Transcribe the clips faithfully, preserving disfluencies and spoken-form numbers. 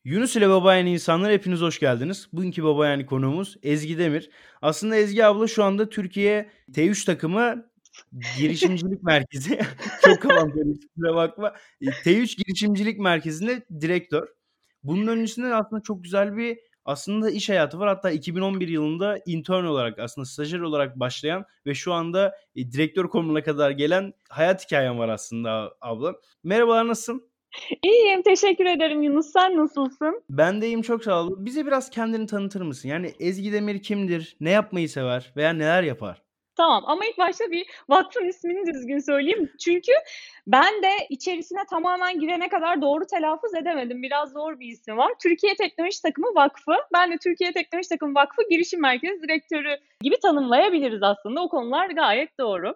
Yunus ile Babayanı insanlar hepiniz hoş geldiniz. Bugünkü Babayanı konuğumuz Ezgi Demir. Aslında Ezgi abla şu anda Türkiye T üç takımı girişimcilik merkezi. Çok kafam karıştı, kusura bakma. E, T üç girişimcilik merkezinde direktör. Bunun öncesinde de aslında çok güzel bir aslında iş hayatı var. Hatta iki bin on bir yılında intern olarak aslında stajyer olarak başlayan ve şu anda e, direktör konumuna kadar gelen hayat hikayem var aslında abla. Merhabalar, nasılsın? İyiyim, teşekkür ederim Yunus. Sen nasılsın? Ben de iyiyim, çok sağ ol. Bize biraz kendini tanıtır mısın? Yani Ezgi Demir kimdir? Ne yapmayı sever veya neler yapar? Tamam ama ilk başta bir vakfın ismini düzgün söyleyeyim. Çünkü ben de içerisine tamamen girene kadar doğru telaffuz edemedim. Biraz zor bir ismi var. Türkiye Teknoloji Takımı Vakfı. Ben de Türkiye Teknoloji Takımı Vakfı Girişim Merkezi Direktörü gibi tanımlayabiliriz aslında. O konular gayet doğru.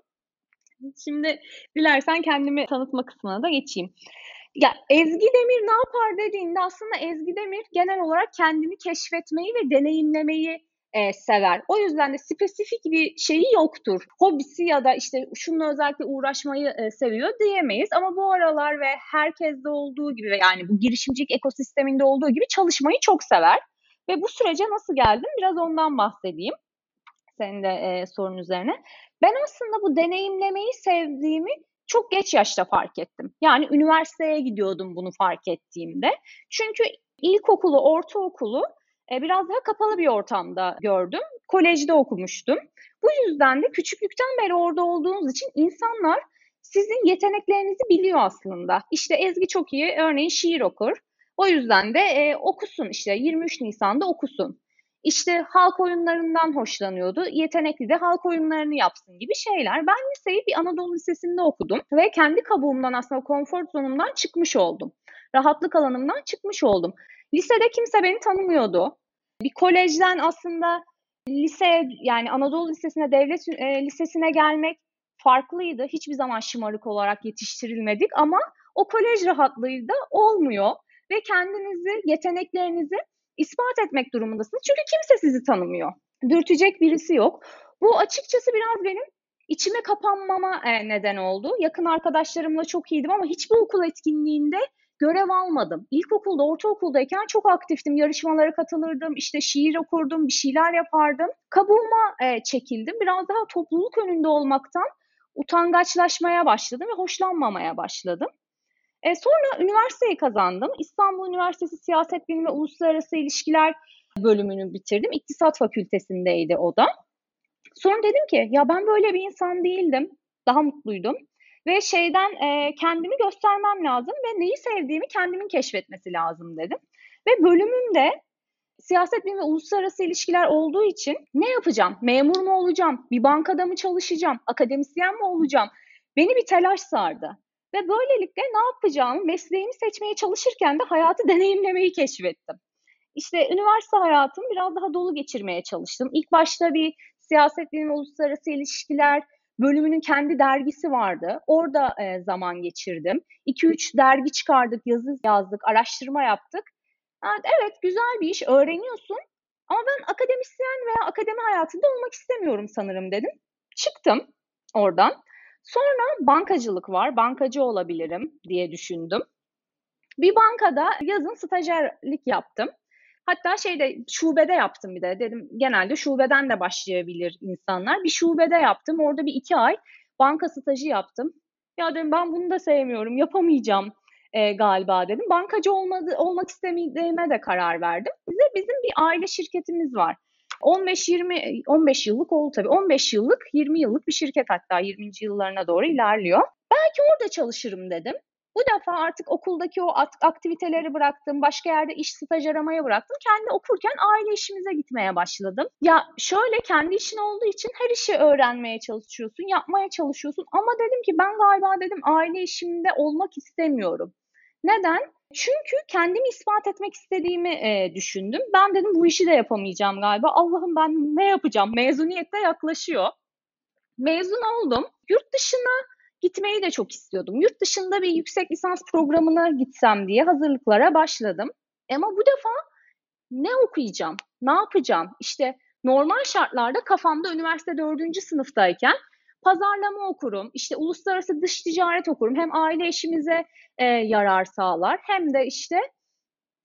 Şimdi dilersen kendimi tanıtma kısmına da geçeyim. Ya Ezgi Demir ne yapar dediğinde aslında Ezgi Demir genel olarak kendini keşfetmeyi ve deneyimlemeyi e, sever. O yüzden de spesifik bir şeyi yoktur. Hobisi ya da işte şununla özellikle uğraşmayı e, seviyor diyemeyiz. Ama bu aralar ve herkeste olduğu gibi, yani bu girişimcilik ekosisteminde olduğu gibi çalışmayı çok sever. Ve bu sürece nasıl geldim? Biraz ondan bahsedeyim senin de e, sorun üzerine. Ben aslında bu deneyimlemeyi sevdiğimi çok geç yaşta fark ettim. Yani üniversiteye gidiyordum bunu fark ettiğimde. Çünkü ilkokulu, ortaokulu e, biraz daha kapalı bir ortamda gördüm. Kolejde okumuştum. Bu yüzden de küçüklükten beri orada olduğunuz için insanlar sizin yeteneklerinizi biliyor aslında. İşte Ezgi çok iyi örneğin şiir okur. O yüzden de e, okusun, işte yirmi üç Nisan'da okusun. İşte halk oyunlarından hoşlanıyordu. Yetenekli de halk oyunlarını yapsın gibi şeyler. Ben liseyi bir Anadolu Lisesi'nde okudum ve kendi kabuğumdan, aslında konfor zonumdan çıkmış oldum. Rahatlık alanımdan çıkmış oldum. Lisede kimse beni tanımıyordu. Bir kolejden aslında lise, yani Anadolu Lisesi'ne, devlet e, lisesine gelmek farklıydı. Hiçbir zaman şımarık olarak yetiştirilmedik ama o kolej rahatlığı da olmuyor ve kendinizi, yeteneklerinizi ispat etmek durumundasınız. Çünkü kimse sizi tanımıyor. Dürtecek birisi yok. Bu açıkçası biraz benim içime kapanmama e, neden oldu. Yakın arkadaşlarımla çok iyiydim ama hiçbir okul etkinliğinde görev almadım. İlkokulda, ortaokuldayken çok aktiftim. Yarışmalara katılırdım, işte şiir okurdum, bir şeyler yapardım. Kabuğuma e, çekildim. Biraz daha topluluk önünde olmaktan utangaçlaşmaya başladım ve hoşlanmamaya başladım. E, sonra üniversiteyi kazandım. İstanbul Üniversitesi Siyaset Bilimi ve Uluslararası İlişkiler bölümünü bitirdim. İktisat Fakültesindeydi o da. Sonra dedim ki ya ben böyle bir insan değildim. Daha mutluydum. Ve şeyden e, kendimi göstermem lazım ve neyi sevdiğimi kendimin keşfetmesi lazım dedim. Ve bölümümde siyaset bilimi ve uluslararası ilişkiler olduğu için ne yapacağım? Memur mu olacağım? Bir bankada mı çalışacağım? Akademisyen mi olacağım? Beni bir telaş sardı. Ve böylelikle ne yapacağımı, mesleğimi seçmeye çalışırken de hayatı deneyimlemeyi keşfettim. İşte üniversite hayatımı biraz daha dolu geçirmeye çalıştım. İlk başta bir siyaset bilimi ve uluslararası ilişkiler bölümünün kendi dergisi vardı. Orada e, zaman geçirdim. iki üç dergi çıkardık, yazı yazdık, araştırma yaptık. Ha, evet, güzel bir iş, öğreniyorsun ama ben akademisyen veya akademi hayatında olmak istemiyorum sanırım dedim. Çıktım oradan. Sonra bankacılık var, bankacı olabilirim diye düşündüm. Bir bankada yazın stajyerlik yaptım. Hatta şeyde, şubede yaptım bir de. Dedim genelde şubeden de başlayabilir insanlar. Bir şubede yaptım. Orada bir iki ay banka stajı yaptım. Ya dedim ben bunu da sevmiyorum, yapamayacağım e, galiba dedim. Bankacı olmadı, olmak istemediğime de karar verdim. Bize bizim bir aile şirketimiz var. on beş yirmi on beş yıllık oldu tabii. on beş yıllık, yirmi yıllık bir şirket, hatta yirminci yıllarına doğru ilerliyor. Belki orada çalışırım dedim. Bu defa artık okuldaki o aktiviteleri bıraktım, başka yerde iş staj aramaya bıraktım. Kendi okurken aile işimize gitmeye başladım. Ya şöyle, kendi işin olduğu için her işi öğrenmeye çalışıyorsun, yapmaya çalışıyorsun. Ama dedim ki ben galiba dedim aile işimde olmak istemiyorum. Neden? Çünkü kendimi ispat etmek istediğimi e, düşündüm. Ben dedim bu işi de yapamayacağım galiba. Allah'ım ben ne yapacağım? Mezuniyet de yaklaşıyor. Mezun oldum. Yurt dışına gitmeyi de çok istiyordum. Yurt dışında bir yüksek lisans programına gitsem diye hazırlıklara başladım. Ama bu defa ne okuyacağım? Ne yapacağım? İşte normal şartlarda kafamda üniversite dördüncü sınıftayken pazarlama okurum, işte uluslararası dış ticaret okurum. Hem aile işimize e, yarar sağlar hem de işte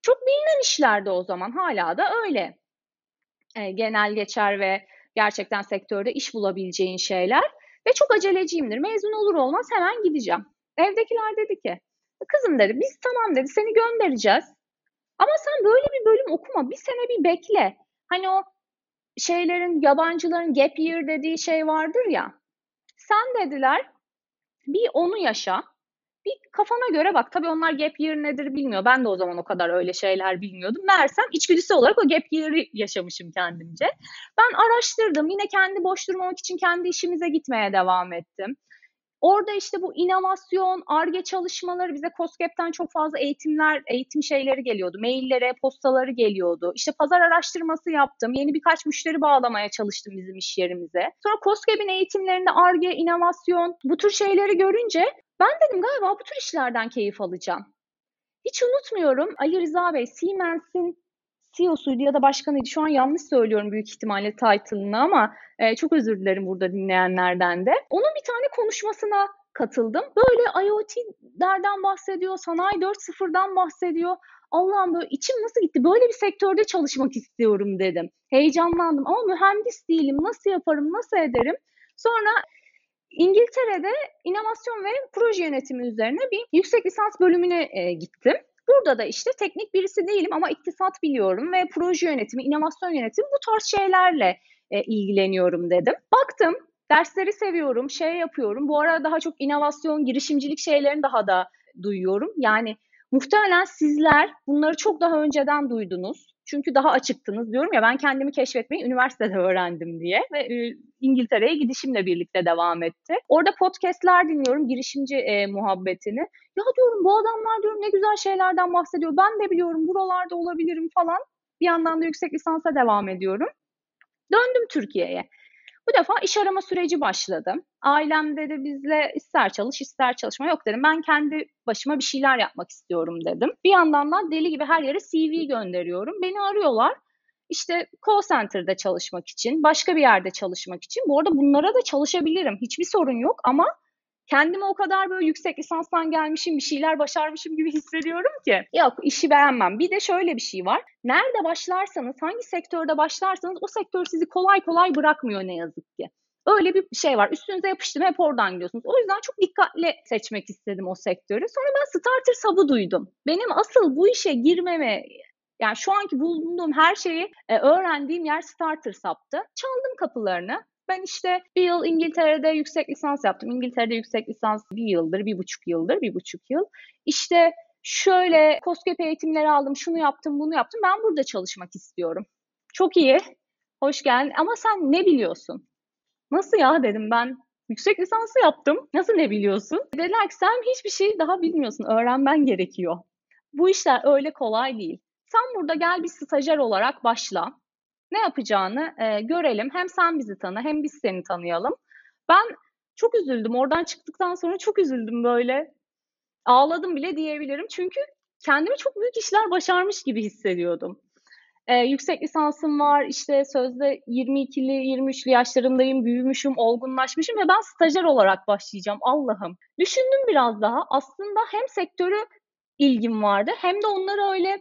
Çok bilinen işlerdi o zaman, hala da öyle. Eee, genel geçer ve gerçekten sektörde iş bulabileceğin şeyler ve çok aceleciyimdir. Mezun olur olmaz hemen gideceğim. Evdekiler dedi ki, "Kızım," dedi, "biz tamam," dedi, "seni göndereceğiz ama sen böyle bir bölüm okuma, bir sene bir bekle." Hani o şeylerin, yabancıların gap year dediği şey vardır ya, "Sen," dediler, "bir onu yaşa, bir kafana göre bak." Tabii onlar gap year nedir bilmiyor. Ben de o zaman o kadar öyle şeyler bilmiyordum. Meğersem içgüdüsel olarak o gap year'ı yaşamışım kendimce. Ben araştırdım. Yine kendi boş durmamak için kendi işimize gitmeye devam ettim. Orada işte bu inovasyon, Ar-Ge çalışmaları, bize KOSGEB'ten çok fazla eğitimler, eğitim şeyleri geliyordu. Mailleri, postaları geliyordu. İşte pazar araştırması yaptım. Yeni birkaç müşteri bağlamaya çalıştım bizim iş yerimize. Sonra KOSGEB'in eğitimlerinde Ar-Ge, inovasyon, bu tür şeyleri görünce ben dedim galiba bu tür işlerden keyif alacağım. Hiç unutmuyorum, Ali Rıza Bey, Siemens'in C E O'suydu ya da başkanıydı. Şu an yanlış söylüyorum büyük ihtimalle title'ını ama e, çok özür dilerim burada dinleyenlerden de. Onun bir tane konuşmasına katıldım. Böyle IoT'lerden bahsediyor, sanayi dört nokta sıfırdan bahsediyor. Allah'ım, böyle içim nasıl gitti? Böyle bir sektörde çalışmak istiyorum dedim. Heyecanlandım ama mühendis değilim. Nasıl yaparım, nasıl ederim? Sonra İngiltere'de inovasyon ve proje yönetimi üzerine bir yüksek lisans bölümüne e, gittim. Burada da işte teknik birisi değilim ama iktisat biliyorum ve proje yönetimi, inovasyon yönetimi, bu tarz şeylerle e, ilgileniyorum dedim. Baktım, dersleri seviyorum, şey yapıyorum. Bu arada daha çok inovasyon, girişimcilik şeylerini daha da duyuyorum. Yani muhtemelen sizler bunları çok daha önceden duydunuz. Çünkü daha açıktınız. Diyorum ya, ben kendimi keşfetmeyi üniversitede öğrendim diye ve e, İngiltere'ye gidişimle birlikte devam etti. Orada podcastler dinliyorum, girişimci e, muhabbetini. Ya diyorum, bu adamlar diyorum ne güzel şeylerden bahsediyor. Ben de biliyorum, buralarda olabilirim falan. Bir yandan da yüksek lisansa devam ediyorum. Döndüm Türkiye'ye. Bu defa iş arama süreci başladı. Ailem dedi bizle ister çalış ister çalışma. Yok dedim, ben kendi başıma bir şeyler yapmak istiyorum dedim. Bir yandan da deli gibi her yere C V gönderiyorum. Beni arıyorlar. İşte call center'da çalışmak için, başka bir yerde çalışmak için. Bu arada bunlara da çalışabilirim. Hiçbir sorun yok ama kendimi o kadar böyle yüksek lisanstan gelmişim, bir şeyler başarmışım gibi hissediyorum ki. Yok, işi beğenmem. Bir de şöyle bir şey var. Nerede başlarsanız, hangi sektörde başlarsanız o sektör sizi kolay kolay bırakmıyor ne yazık ki. Öyle bir şey var. Üstünüze yapıştım, hep oradan gidiyorsunuz. O yüzden çok dikkatli seçmek istedim o sektörü. Sonra ben starter sub'ı duydum. Benim asıl bu işe girmeme, yani şu anki bulunduğum her şeyi e, öğrendiğim yer starter sub'tı. Çaldım kapılarını. Ben işte bir yıl İngiltere'de yüksek lisans yaptım. İngiltere'de yüksek lisans bir yıldır, bir buçuk yıldır, bir buçuk yıl. İşte şöyle KOSGEB eğitimleri aldım, şunu yaptım, bunu yaptım. Ben burada çalışmak istiyorum. Çok iyi, hoş geldin ama sen ne biliyorsun? Nasıl ya dedim, ben yüksek lisansı yaptım. Nasıl ne biliyorsun? Dediler ki sen hiçbir şey daha bilmiyorsun, öğrenmen gerekiyor. Bu işler öyle kolay değil. Sen burada gel bir stajyer olarak başla. Ne yapacağını e, görelim. Hem sen bizi tanı hem biz seni tanıyalım. Ben çok üzüldüm. Oradan çıktıktan sonra çok üzüldüm böyle. Ağladım bile diyebilirim. Çünkü kendimi çok büyük işler başarmış gibi hissediyordum. E, yüksek lisansım var. İşte sözde yirmi ikili, yirmi üçlü yaşlarımdayım. Büyümüşüm, olgunlaşmışım ve ben stajyer olarak başlayacağım. Allah'ım. Düşündüm biraz daha. Aslında hem sektörü ilgim vardı hem de onları öyle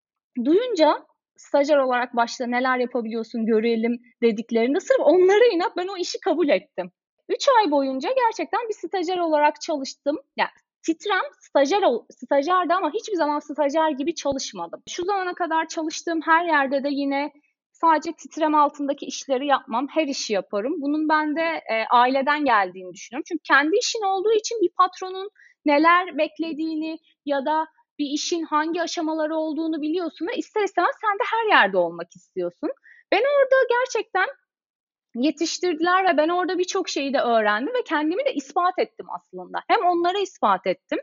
duyunca, stajyer olarak başla, neler yapabiliyorsun görelim dediklerinde sırf onlara inat ben o işi kabul ettim. üç ay boyunca gerçekten bir stajyer olarak çalıştım. Yani titrem stajyer, stajyerdi ama hiçbir zaman stajyer gibi çalışmadım. Şu zamana kadar çalıştığım her yerde de yine sadece titrem altındaki işleri yapmam. Her işi yaparım. Bunun bende e, aileden geldiğini düşünüyorum. Çünkü kendi işin olduğu için bir patronun neler beklediğini ya da bir işin hangi aşamaları olduğunu biliyorsun ve ister istemez sen de her yerde olmak istiyorsun. Beni orada gerçekten yetiştirdiler ve ben orada birçok şeyi de öğrendim ve kendimi de ispat ettim aslında. Hem onlara ispat ettim,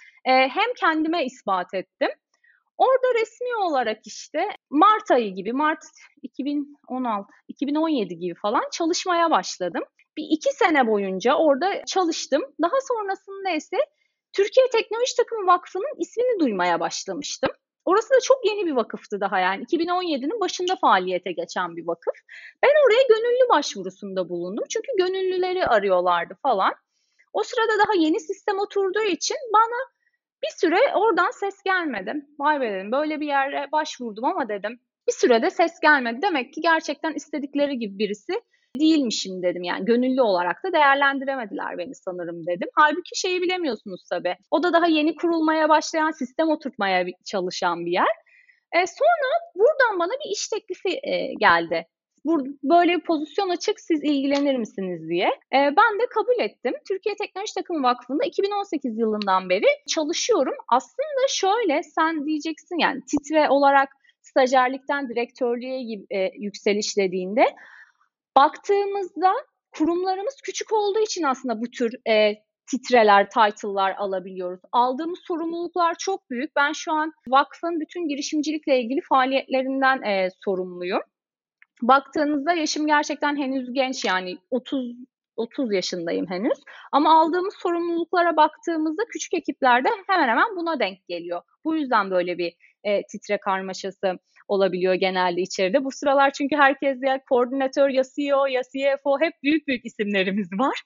hem kendime ispat ettim. Orada resmi olarak işte Mart ayı gibi, Mart iki bin on altı, iki bin on yedi gibi falan çalışmaya başladım. Bir iki sene boyunca orada çalıştım. Daha sonrasında ise Türkiye Teknoloji Takımı Vakfı'nın ismini duymaya başlamıştım. Orası da çok yeni bir vakıftı daha, yani iki bin on yedinin başında faaliyete geçen bir vakıf. Ben oraya gönüllü başvurusunda bulundum. Çünkü gönüllüleri arıyorlardı falan. O sırada daha yeni sistem oturduğu için bana Bir süre oradan ses gelmedi. Vay be dedim, böyle bir yere başvurdum ama dedim bir sürede ses gelmedi. Demek ki gerçekten istedikleri gibi birisi değilmişim dedim. Yani gönüllü olarak da değerlendiremediler beni sanırım dedim. Halbuki şeyi bilemiyorsunuz tabii. O da daha yeni kurulmaya başlayan, sistem oturtmaya çalışan bir yer. E, sonra buradan bana bir iş teklifi e, geldi. Böyle bir pozisyon açık, siz ilgilenir misiniz diye. E, ben de kabul ettim. Türkiye Teknoloji Takımı Vakfı'nda iki bin on sekiz yılından beri çalışıyorum. Aslında şöyle, sen diyeceksin yani titre olarak stajyerlikten direktörlüğe gibi, e, yükseliş dediğinde baktığımızda kurumlarımız küçük olduğu için aslında bu tür e, titreler, title'lar alabiliyoruz. Aldığımız sorumluluklar çok büyük. Ben şu an vakfın bütün girişimcilikle ilgili faaliyetlerinden e, sorumluyum. Baktığınızda yaşım gerçekten henüz genç, yani otuz otuz yaşındayım henüz. Ama aldığımız sorumluluklara baktığımızda küçük ekiplerde hemen hemen buna denk geliyor. Bu yüzden böyle bir e, titre karmaşası olabiliyor genelde içeride. Bu sıralar çünkü herkes ya koordinatör, ya C E O, ya C F O, hep büyük büyük isimlerimiz var.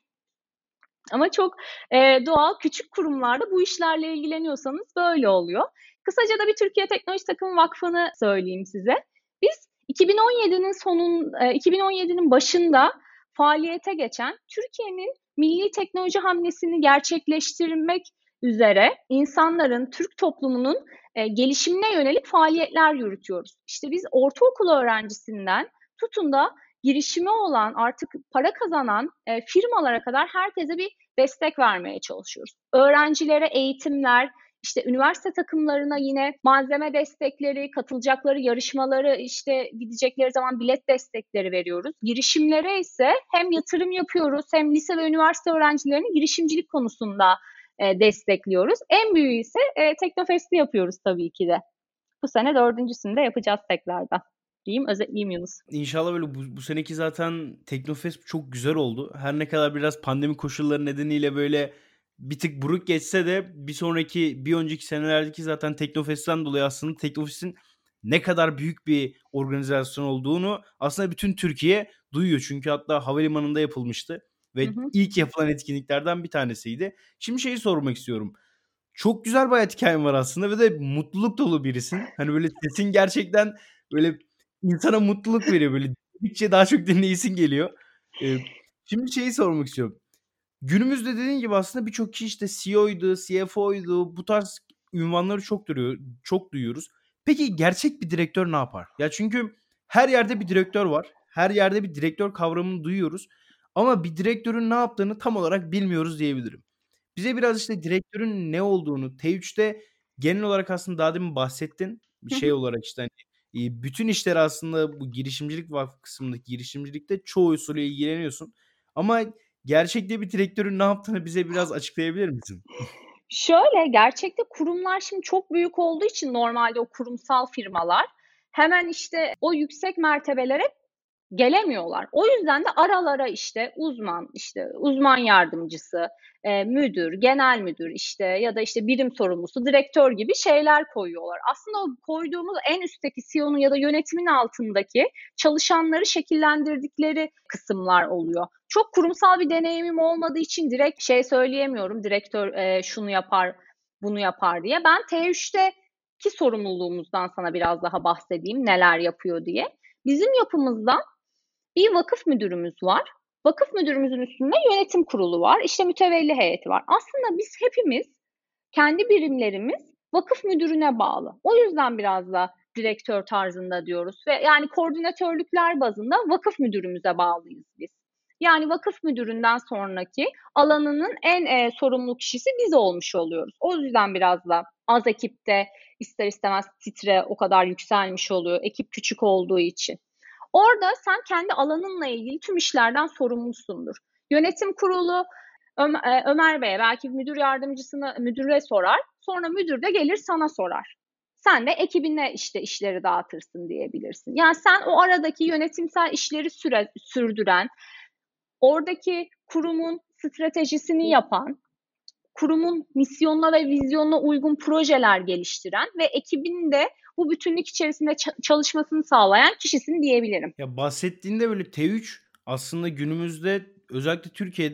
Ama çok e, doğal, küçük kurumlarda bu işlerle ilgileniyorsanız böyle oluyor. Kısaca da bir Türkiye Teknoloji Takımı Vakfı'nı söyleyeyim size. Biz iki bin on yedinin sonun, iki bin on yedinin başında faaliyete geçen Türkiye'nin milli teknoloji hamlesini gerçekleştirmek üzere insanların, Türk toplumunun e, gelişimine yönelik faaliyetler yürütüyoruz. İşte biz ortaokul öğrencisinden tutun da girişimi olan, artık para kazanan e, firmalara kadar herkese bir destek vermeye çalışıyoruz. Öğrencilere eğitimler, İşte üniversite takımlarına yine malzeme destekleri, katılacakları yarışmaları, işte gidecekleri zaman bilet destekleri veriyoruz. Girişimlere ise hem yatırım yapıyoruz, hem lise ve üniversite öğrencilerini girişimcilik konusunda e, destekliyoruz. En büyüğü ise e, Teknofest'i yapıyoruz tabii ki de. Bu sene dördüncüsünü de yapacağız tekrardan. Diyeyim, özetleyeyim Yunus. İnşallah böyle bu, bu seneki zaten Teknofest çok güzel oldu. Her ne kadar biraz pandemi koşulları nedeniyle böyle bir tık buruk geçse de bir sonraki, bir önceki senelerdeki zaten Teknofest'ten dolayı aslında Teknofest'in ne kadar büyük bir organizasyon olduğunu aslında bütün Türkiye duyuyor. Çünkü hatta havalimanında yapılmıştı ve hı hı. ilk yapılan etkinliklerden bir tanesiydi. Şimdi şeyi sormak istiyorum. Çok güzel bir hayat hikayen var aslında ve de mutluluk dolu birisin. Hani böyle sesin gerçekten böyle insana mutluluk veriyor. Böyle dinledikçe daha çok dinleyesin geliyor. Ee, şimdi şeyi sormak istiyorum. Günümüzde dediğin gibi aslında birçok kişi işte C E O'ydu, C F O'ydu, bu tarz ünvanları çok duruyor, çok duyuyoruz. Peki gerçek bir direktör ne yapar? Ya çünkü her yerde bir direktör var. Her yerde bir direktör kavramını duyuyoruz. Ama bir direktörün ne yaptığını tam olarak bilmiyoruz diyebilirim. Bize biraz işte direktörün ne olduğunu, T üçte genel olarak aslında daha demin bahsettin. Bir şey olarak işte hani bütün işleri aslında bu girişimcilik vakfı kısmındaki girişimcilikte çoğusuyla ilgileniyorsun. Ama gerçekte bir direktörün ne yaptığını bize biraz açıklayabilir misin? Şöyle, gerçekte kurumlar şimdi çok büyük olduğu için normalde o kurumsal firmalar hemen işte o yüksek mertebelere gelemiyorlar. O yüzden de aralara işte uzman, işte uzman yardımcısı, e, müdür, genel müdür işte ya da işte birim sorumlusu, direktör gibi şeyler koyuyorlar. Aslında o koyduğumuz en üstteki C E O'nun ya da yönetimin altındaki çalışanları şekillendirdikleri kısımlar oluyor. Çok kurumsal bir deneyimim olmadığı için direkt şey söyleyemiyorum, direktör e, şunu yapar, bunu yapar diye. Ben T üçteki sorumluluğumuzdan sana biraz daha bahsedeyim, neler yapıyor diye. Bizim yapımızda bir vakıf müdürümüz var. Vakıf müdürümüzün üstünde yönetim kurulu var. İşte mütevelli heyeti var. Aslında biz hepimiz, kendi birimlerimiz vakıf müdürüne bağlı. O yüzden biraz da direktör tarzında diyoruz. Ve yani koordinatörlükler bazında vakıf müdürümüze bağlıyız biz. Yani vakıf müdüründen sonraki alanının en e, sorumlu kişisi biz olmuş oluyoruz. O yüzden biraz da az ekipte ister istemez titre o kadar yükselmiş oluyor. Ekip küçük olduğu için. Orada sen kendi alanınla ilgili tüm işlerden sorumlusundur. Yönetim kurulu Ömer Bey'e, belki müdür yardımcısına, müdüre sorar. Sonra müdür de gelir sana sorar. Sen de ekibine işte işleri dağıtırsın diyebilirsin. Yani sen o aradaki yönetimsel işleri süre, sürdüren, oradaki kurumun stratejisini yapan, kurumun misyonuna ve vizyonuna uygun projeler geliştiren ve ekibin de bu bütünlük içerisinde çalışmasını sağlayan kişisin diyebilirim. Ya bahsettiğinde böyle T üç aslında günümüzde özellikle Türkiye'de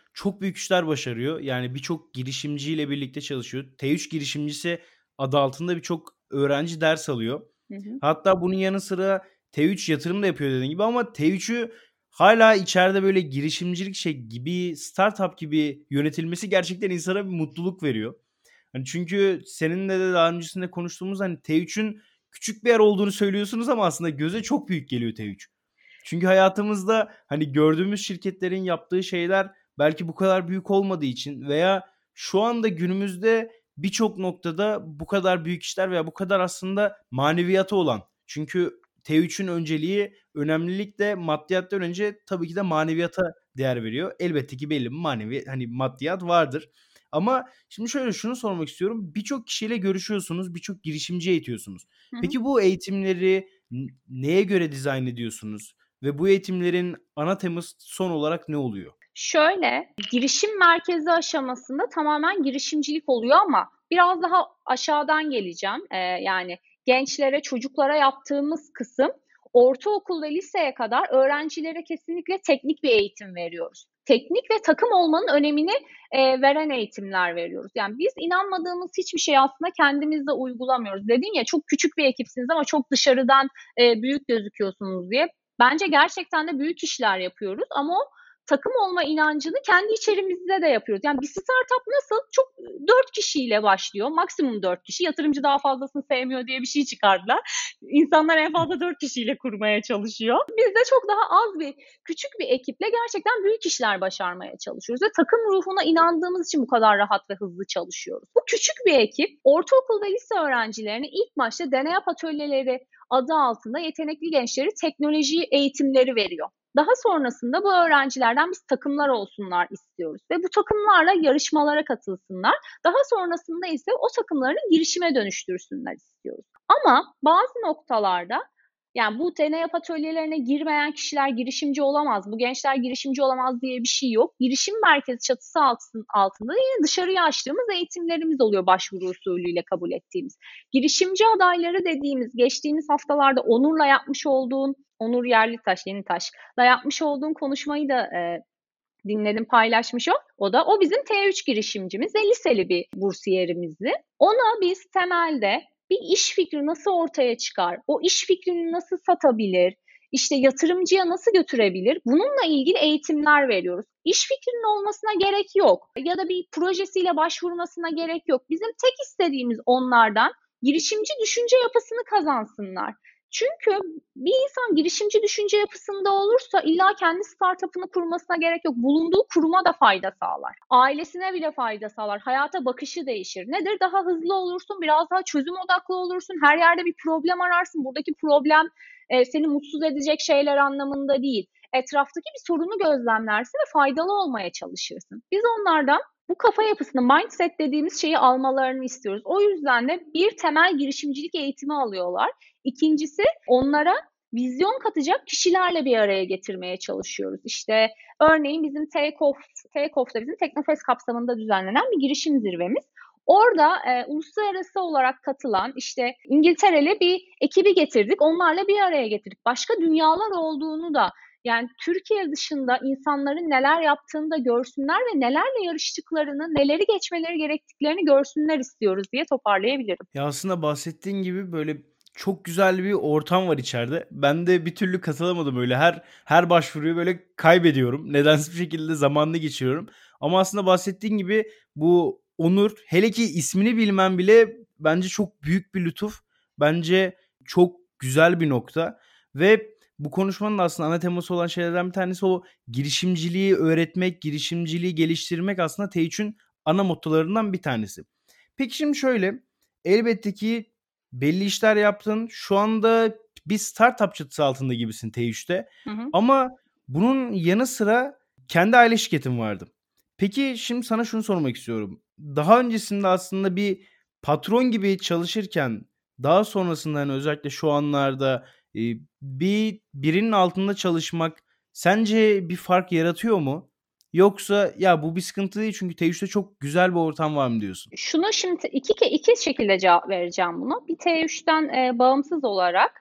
çok büyük işler başarıyor. Yani birçok girişimciyle birlikte çalışıyor. T üç girişimcisi adı altında birçok öğrenci ders alıyor. Hı hı. Hatta bunun yanı sıra T üç yatırım da yapıyor dediğin gibi ama T üçü hala içeride böyle girişimcilik şey gibi, startup gibi yönetilmesi gerçekten insana bir mutluluk veriyor. Hani çünkü seninle de daha öncesinde konuştuğumuz hani T üçün küçük bir yer olduğunu söylüyorsunuz ama aslında göze çok büyük geliyor T üç. Çünkü hayatımızda hani gördüğümüz şirketlerin yaptığı şeyler belki bu kadar büyük olmadığı için veya şu anda günümüzde birçok noktada bu kadar büyük işler veya bu kadar aslında maneviyatı olan. Çünkü T üçün önceliği, önemlilik de maddiyattan önce tabii ki de maneviyata değer veriyor. Elbette ki belli bir manevi hani maddiyat vardır. Ama şimdi şöyle şunu sormak istiyorum. Birçok kişiyle görüşüyorsunuz, birçok girişimci eğitiyorsunuz. Hı hı. Peki bu eğitimleri n- neye göre dizayn ediyorsunuz? Ve bu eğitimlerin ana teması son olarak ne oluyor? Şöyle, girişim merkezi aşamasında tamamen girişimcilik oluyor ama biraz daha aşağıdan geleceğim. Ee, yani gençlere, çocuklara yaptığımız kısım ortaokul ve liseye kadar öğrencilere kesinlikle teknik bir eğitim veriyoruz. Teknik ve takım olmanın önemini e, veren eğitimler veriyoruz. Yani biz inanmadığımız hiçbir şey aslında kendimizde uygulamıyoruz. Dedin ya çok küçük bir ekipsiniz ama çok dışarıdan e, büyük gözüküyorsunuz diye. Bence gerçekten de büyük işler yapıyoruz ama o takım olma inancını kendi içerimizde de yapıyoruz. Yani bir startup nasıl? Çok dört kişiyle başlıyor. Maksimum dört kişi. Yatırımcı daha fazlasını sevmiyor diye bir şey çıkardılar. İnsanlar en fazla dört kişiyle kurmaya çalışıyor. Biz de çok daha az bir, küçük bir ekiple gerçekten büyük işler başarmaya çalışıyoruz. Ve takım ruhuna inandığımız için bu kadar rahat ve hızlı çalışıyoruz. Bu küçük bir ekip ortaokul ve lise öğrencilerine ilk başta deney atölyeleri adı altında yetenekli gençleri teknoloji eğitimleri veriyor. Daha sonrasında bu öğrencilerden biz takımlar olsunlar istiyoruz ve bu takımlarla yarışmalara katılsınlar. Daha sonrasında ise o takımları girişime dönüştürsünler istiyoruz. Ama bazı noktalarda yani bu deney atölyelerine girmeyen kişiler girişimci olamaz, bu gençler girişimci olamaz diye bir şey yok. Girişim merkezi çatısı altında yine dışarıya açtığımız eğitimlerimiz oluyor başvuru usulüyle kabul ettiğimiz. Girişimci adayları dediğimiz geçtiğimiz haftalarda Onur'la yapmış olduğun Onur Yerlitaş, Yenitaş'la yapmış olduğum konuşmayı da e, dinledim, paylaşmış o. O da o bizim T üç girişimcimiz ve liseli bir bursiyerimizdi. Ona biz temelde bir iş fikri nasıl ortaya çıkar, o iş fikrini nasıl satabilir, işte yatırımcıya nasıl götürebilir? Bununla ilgili eğitimler veriyoruz. İş fikrinin olmasına gerek yok ya da bir projesiyle başvurmasına gerek yok. Bizim tek istediğimiz onlardan girişimci düşünce yapısını kazansınlar. Çünkü bir insan girişimci düşünce yapısında olursa illa kendi startup'ını kurmasına gerek yok. Bulunduğu kuruma da fayda sağlar. Ailesine bile fayda sağlar. Hayata bakışı değişir. Nedir? Daha hızlı olursun, biraz daha çözüm odaklı olursun. Her yerde bir problem ararsın. Buradaki problem e, seni mutsuz edecek şeyler anlamında değil. Etraftaki bir sorunu gözlemlersin ve faydalı olmaya çalışırsın. Biz onlardan bu kafa yapısını, mindset dediğimiz şeyi almalarını istiyoruz. O yüzden de bir temel girişimcilik eğitimi alıyorlar. İkincisi onlara vizyon katacak kişilerle bir araya getirmeye çalışıyoruz. İşte örneğin bizim Take-Off, Take-Off'da bizim Teknofest kapsamında düzenlenen bir girişim zirvemiz. Orada e, uluslararası olarak katılan işte İngiltereli bir ekibi getirdik. Onlarla bir araya getirdik. Başka dünyalar olduğunu da yani Türkiye dışında insanların neler yaptığını da görsünler ve nelerle yarıştıklarını, neleri geçmeleri gerektiklerini görsünler istiyoruz diye toparlayabilirim. Ya aslında bahsettiğin gibi böyle çok güzel bir ortam var içeride. Ben de bir türlü katılamadım öyle. Her her başvuruyu böyle kaybediyorum. Nedense bir şekilde zamanını geçiriyorum. Ama aslında bahsettiğin gibi bu Onur, hele ki ismini bilmem bile bence çok büyük bir lütuf. Bence çok güzel bir nokta ve bu konuşmanın da aslında ana teması olan şeylerden bir tanesi o girişimciliği öğretmek, girişimciliği geliştirmek aslında T üçün ana mottolarından bir tanesi. Peki şimdi şöyle, elbette ki belli işler yaptın. Şu anda bir startup çatısı altında gibisin T üçte. Hı hı. Ama bunun yanı sıra kendi aile şirketin vardı. Peki şimdi sana şunu sormak istiyorum. Daha öncesinde aslında bir patron gibi çalışırken daha sonrasında hani özellikle şu anlarda e, bir birinin altında çalışmak sence bir fark yaratıyor mu? Yoksa ya bu bir sıkıntı değil çünkü T üçte çok güzel bir ortam var mı diyorsun? Şunu şimdi iki, iki şekilde cevap vereceğim buna. Bir T üçten e, bağımsız olarak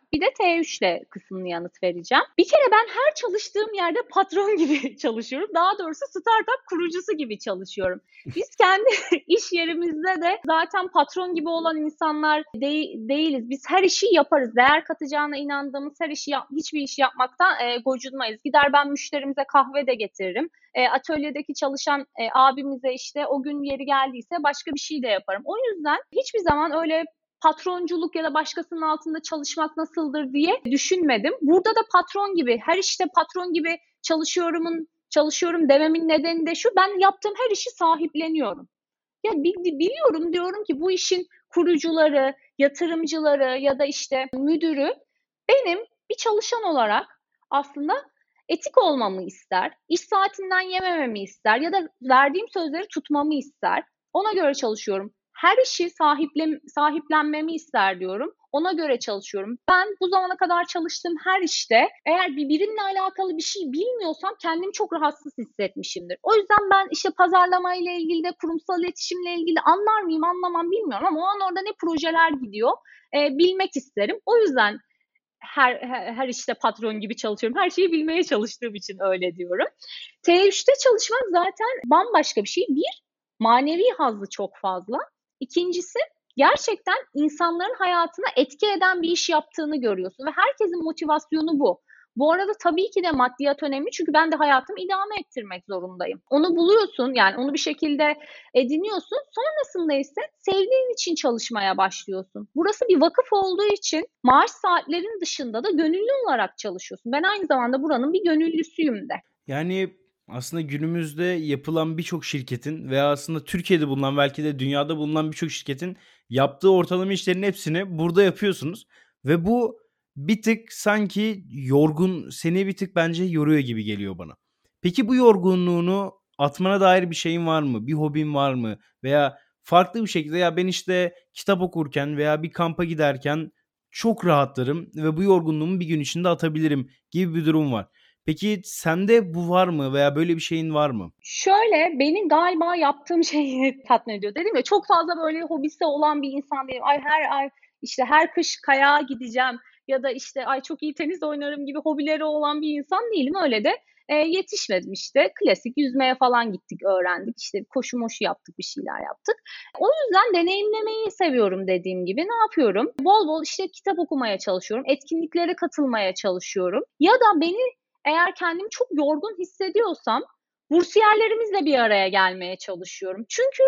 Bir de T üçle kısmını yanıt vereceğim. Bir kere ben her çalıştığım yerde patron gibi çalışıyorum. Daha doğrusu startup kurucusu gibi çalışıyorum. Biz kendi iş yerimizde de zaten patron gibi olan insanlar de- değiliz. Biz her işi yaparız. Değer katacağına inandığımız her işi, yap- hiçbir işi yapmaktan e, gocunmayız. Gider ben müşterimize kahve de getiririm. E, atölyedeki çalışan e, abimize işte o gün yeri geldiyse başka bir şey de yaparım. O yüzden hiçbir zaman öyle patronculuk ya da başkasının altında çalışmak nasıldır diye düşünmedim. Burada da patron gibi, her işte patron gibi çalışıyorumun çalışıyorum dememin nedeni de şu: ben yaptığım her işi sahipleniyorum. Ya biliyorum, diyorum ki bu işin kurucuları, yatırımcıları ya da işte müdürü benim bir çalışan olarak aslında etik olmamı ister, iş saatinden yemememi ister ya da verdiğim sözleri tutmamı ister. Ona göre çalışıyorum. Her işi sahiplen, sahiplenmemi ister diyorum. Ona göre çalışıyorum. Ben bu zamana kadar çalıştığım her işte eğer bir birimle alakalı bir şey bilmiyorsam kendimi çok rahatsız hissetmişimdir. O yüzden ben işte pazarlama ile ilgili de kurumsal iletişimle ilgili anlar mıyım anlamam bilmiyorum ama o an orada ne projeler gidiyor e, bilmek isterim. O yüzden her, her, her işte patron gibi çalışıyorum. Her şeyi bilmeye çalıştığım için öyle diyorum. T üçte çalışmak zaten bambaşka bir şey. Bir, manevi hazzı çok fazla. İkincisi, gerçekten insanların hayatına etki eden bir iş yaptığını görüyorsun ve herkesin motivasyonu bu. Bu arada tabii ki de maddiyat önemli çünkü ben de hayatımı idame ettirmek zorundayım. Onu buluyorsun, yani onu bir şekilde ediniyorsun. Sonrasında ise sevdiğin için çalışmaya başlıyorsun. Burası bir vakıf olduğu için maaş saatlerin dışında da gönüllü olarak çalışıyorsun. Ben aynı zamanda buranın bir gönüllüsüyüm de. Yani aslında günümüzde yapılan birçok şirketin veya aslında Türkiye'de bulunan belki de dünyada bulunan birçok şirketin yaptığı ortalama işlerin hepsini burada yapıyorsunuz. Ve bu bir tık sanki yorgun, seni bir tık bence yoruyor gibi geliyor bana. Peki bu yorgunluğunu atmana dair bir şeyin var mı? Bir hobin var mı? Veya farklı bir şekilde ya ben işte kitap okurken veya bir kampa giderken çok rahatlarım ve bu yorgunluğumu bir gün içinde atabilirim gibi bir durum var. Peki sende bu var mı veya böyle bir şeyin var mı? Şöyle, beni galiba yaptığım şeyi tatmin ediyor. Dedim ya, çok fazla böyle hobisi olan bir insan değilim. Ay her ay işte her kış kayağa gideceğim ya da işte ay çok iyi tenis oynarım gibi hobileri olan bir insan değilim. Öyle de e, yetişmedim işte. Klasik yüzmeye falan gittik, öğrendik. İşte koşu moşu yaptık, bir şeyler yaptık. O yüzden deneyimlemeyi seviyorum dediğim gibi. Ne yapıyorum? Bol bol işte kitap okumaya çalışıyorum. Etkinliklere katılmaya çalışıyorum. Ya da beni eğer kendimi çok yorgun hissediyorsam bursiyerlerimizle bir araya gelmeye çalışıyorum. Çünkü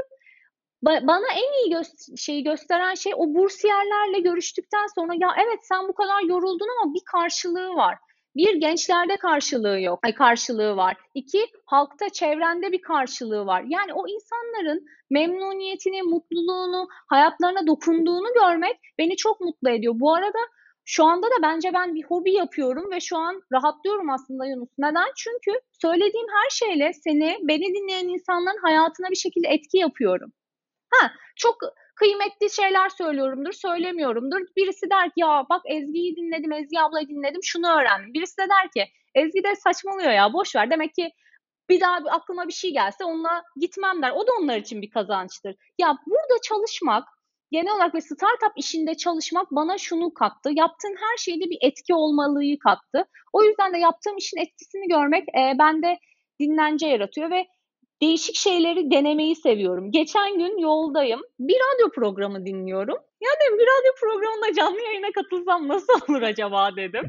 ba- bana en iyi gö- şeyi gösteren şey o bursiyerlerle görüştükten sonra ya evet sen bu kadar yoruldun ama bir karşılığı var. Bir, gençlerde karşılığı yok. Ay karşılığı var. İki, halkta, çevrende bir karşılığı var. Yani o insanların memnuniyetini, mutluluğunu, hayatlarına dokunduğunu görmek beni çok mutlu ediyor. Bu arada şu anda da bence ben bir hobi yapıyorum ve şu an rahatlıyorum aslında Yunus. Neden? Çünkü söylediğim her şeyle seni, beni dinleyen insanların hayatına bir şekilde etki yapıyorum. Ha, çok kıymetli şeyler söylüyorumdur, söylemiyorumdur. Birisi der ki ya bak Ezgi'yi dinledim, Ezgi ablayı dinledim, şunu öğrendim. Birisi de der ki Ezgi de saçmalıyor ya, boş ver. Demek ki bir daha bir aklıma bir şey gelse onunla gitmem der. O da onlar için bir kazançtır. Ya burada çalışmak, genel olarak ve startup işinde çalışmak bana şunu kattı. Yaptığın her şeyde bir etki olmalıyı kattı. O yüzden de yaptığım işin etkisini görmek e, bende dinlence yaratıyor ve değişik şeyleri denemeyi seviyorum. Geçen gün yoldayım. Bir radyo programı dinliyorum. Ya dedim bir radyo programına canlı yayına katılsam nasıl olur acaba dedim.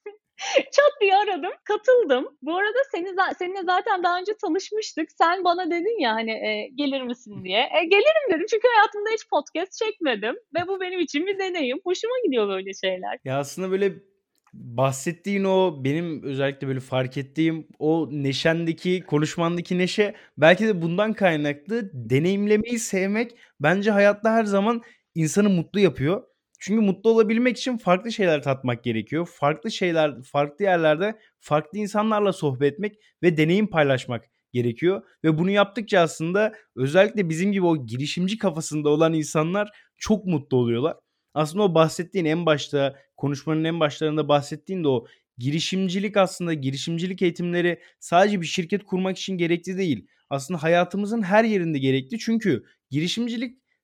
Çat diye aradım, katıldım. Bu arada seni seninle zaten daha önce tanışmıştık. Sen bana dedin ya hani e, gelir misin diye. E, gelirim dedim çünkü hayatımda hiç podcast çekmedim ve bu benim için bir deneyim. Hoşuma gidiyor böyle şeyler. Ya aslında böyle bahsettiğin o benim özellikle böyle fark ettiğim o neşendeki, konuşmandaki neşe belki de bundan kaynaklı. Deneyimlemeyi sevmek bence hayatta her zaman insanı mutlu yapıyor. Çünkü mutlu olabilmek için farklı şeyler tatmak gerekiyor. Farklı şeyler, farklı yerlerde farklı insanlarla sohbet etmek ve deneyim paylaşmak gerekiyor. Ve bunu yaptıkça aslında özellikle bizim gibi o girişimci kafasında olan insanlar çok mutlu oluyorlar. Aslında o bahsettiğin en başta konuşmanın en başlarında bahsettiğin de o girişimcilik aslında girişimcilik eğitimleri sadece bir şirket kurmak için gerekli değil. Aslında hayatımızın her yerinde gerekli. Çünkü girişimcilik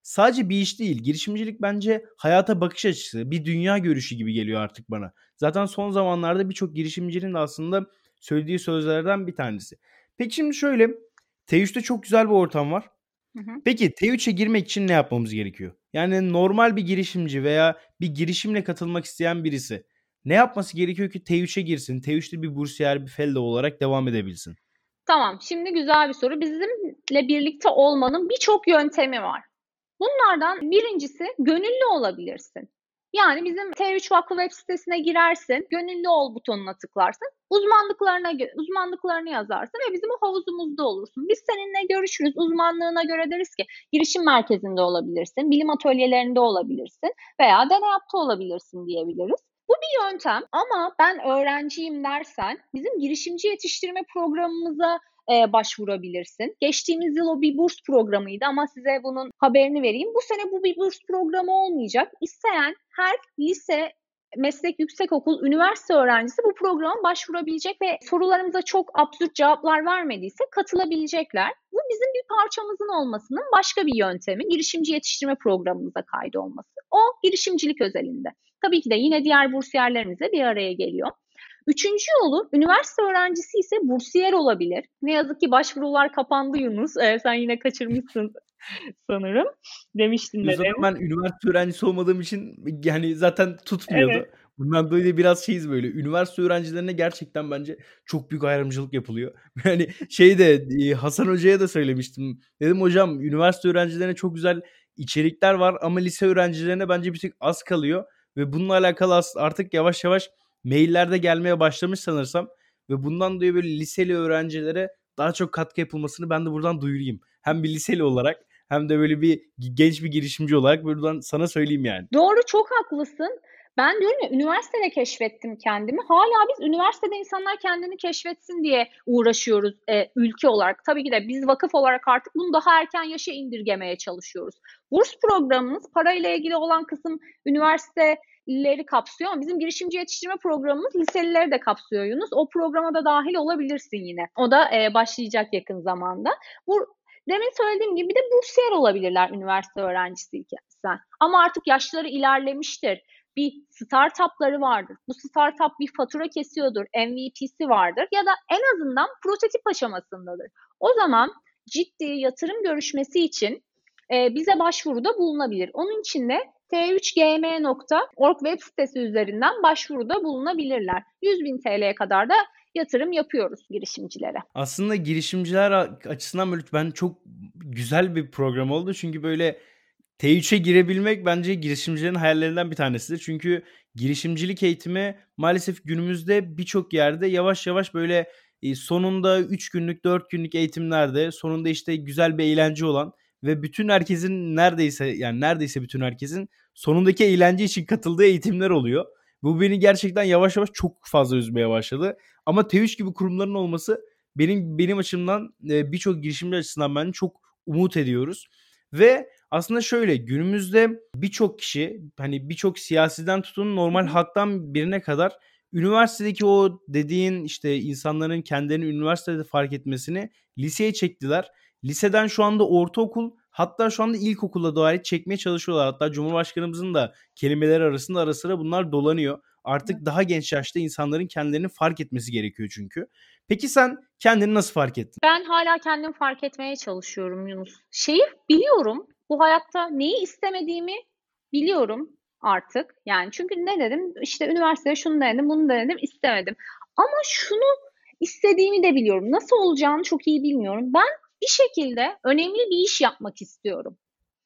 sadece bir iş değil. Girişimcilik bence hayata bakış açısı, bir dünya görüşü gibi geliyor artık bana. Zaten son zamanlarda birçok girişimcinin de aslında söylediği sözlerden bir tanesi. Peki şimdi şöyle, T üçte çok güzel bir ortam var. Hı hı. Peki T üçe girmek için ne yapmamız gerekiyor? Yani normal bir girişimci veya bir girişimle katılmak isteyen birisi ne yapması gerekiyor ki T üçe girsin? T üçte bir bursiyer, bir fellow olarak devam edebilsin. Tamam, şimdi güzel bir soru. Bizimle birlikte olmanın birçok yöntemi var. Bunlardan birincisi gönüllü olabilirsin. Yani bizim T üç Vakfı web sitesine girersin, gönüllü ol butonuna tıklarsın, uzmanlıklarına uzmanlıklarını yazarsın ve bizim o havuzumuzda olursun. Biz seninle görüşürüz, uzmanlığına göre deriz ki girişim merkezinde olabilirsin, bilim atölyelerinde olabilirsin veya deneyapta olabilirsin diyebiliriz. Bu bir yöntem ama ben öğrenciyim dersen bizim girişimci yetiştirme programımıza e, başvurabilirsin. Geçtiğimiz yıl o bir burs programıydı ama size bunun haberini vereyim. Bu sene bu bir burs programı olmayacak. İsteyen her lise, meslek yüksekokul, üniversite öğrencisi bu programa başvurabilecek ve sorularımıza çok absürt cevaplar vermediyse katılabilecekler. Bu bizim bir parçamızın olmasının başka bir yöntemi. Girişimci yetiştirme programımıza kaydolması. O girişimcilik özelinde. Tabii ki de yine diğer bursiyerlerimizle bir araya geliyor. Üçüncü yolu, üniversite öğrencisi ise bursiyer olabilir. Ne yazık ki başvurular kapandı Yunus. Ee, sen yine kaçırmışsın sanırım. Demiştin Yo, de zaten demin. ben üniversite öğrencisi olmadığım için yani zaten tutmuyordu. Evet. Bundan dolayı da biraz şeyiz böyle. Üniversite öğrencilerine gerçekten bence çok büyük ayrımcılık yapılıyor. Yani şey de Hasan Hoca'ya da söylemiştim. Dedim hocam üniversite öğrencilerine çok güzel içerikler var ama lise öğrencilerine bence bir tık az kalıyor. Ve bununla alakalı artık yavaş yavaş maillerde gelmeye başlamış sanırsam. Ve bundan dolayı böyle liseli öğrencilere daha çok katkı yapılmasını ben de buradan duyurayım. Hem bir liseli olarak hem de böyle bir genç bir girişimci olarak buradan sana söyleyeyim yani. Doğru, çok haklısın. Ben diyorum ya üniversitede keşfettim kendimi. Hala biz üniversitede insanlar kendini keşfetsin diye uğraşıyoruz e, ülke olarak. Tabii ki de biz vakıf olarak artık bunu daha erken yaşa indirgemeye çalışıyoruz. Burs programımız parayla ilgili olan kısım üniversiteleri kapsıyor ama bizim girişimci yetiştirme programımız liselileri de kapsıyor Yunus. O programa da dahil olabilirsin yine. O da e, başlayacak yakın zamanda. Bu Demin söylediğim gibi bir de bursiyer olabilirler üniversite öğrencisiyken. Ama artık yaşları ilerlemiştir. Bir startupları vardır. Bu startup bir fatura kesiyordur. M V P'si vardır. Ya da en azından prototip aşamasındadır. O zaman ciddi yatırım görüşmesi için e, bize başvuruda bulunabilir. Onun için de t üç g m nokta org web sitesi üzerinden başvuruda bulunabilirler. yüz bin T L'ye kadar da yatırım yapıyoruz girişimcilere. Aslında girişimciler açısından böyle ben çok güzel bir program oldu. Çünkü böyle T üçe girebilmek bence girişimcilerin hayallerinden bir tanesidir. Çünkü girişimcilik eğitimi maalesef günümüzde birçok yerde yavaş yavaş böyle sonunda üç günlük, dört günlük eğitimlerde sonunda işte güzel bir eğlence olan ve bütün herkesin neredeyse yani neredeyse bütün herkesin sonundaki eğlence için katıldığı eğitimler oluyor. Bu beni gerçekten yavaş yavaş çok fazla üzmeye başladı. Ama T üç gibi kurumların olması benim benim açımdan birçok girişimci açısından bence çok umut ediyoruz. Ve aslında şöyle günümüzde birçok kişi hani birçok siyasiden tutun normal halktan birine kadar üniversitedeki o dediğin işte insanların kendilerini üniversitede fark etmesini liseye çektiler. Liseden şu anda ortaokul hatta şu anda ilkokula dahil çekmeye çalışıyorlar. Hatta Cumhurbaşkanımızın da kelimeleri arasında ara sıra bunlar dolanıyor. Artık daha genç yaşta insanların kendilerini fark etmesi gerekiyor çünkü. Peki sen kendini nasıl fark ettin? Ben hala kendimi fark etmeye çalışıyorum Yunus. Şeyi biliyorum. Bu hayatta neyi istemediğimi biliyorum artık. Yani çünkü ne dedim? İşte üniversitede şunu denedim, bunu denedim, istemedim. Ama şunu istediğimi de biliyorum. Nasıl olacağını çok iyi bilmiyorum. Ben bir şekilde önemli bir iş yapmak istiyorum.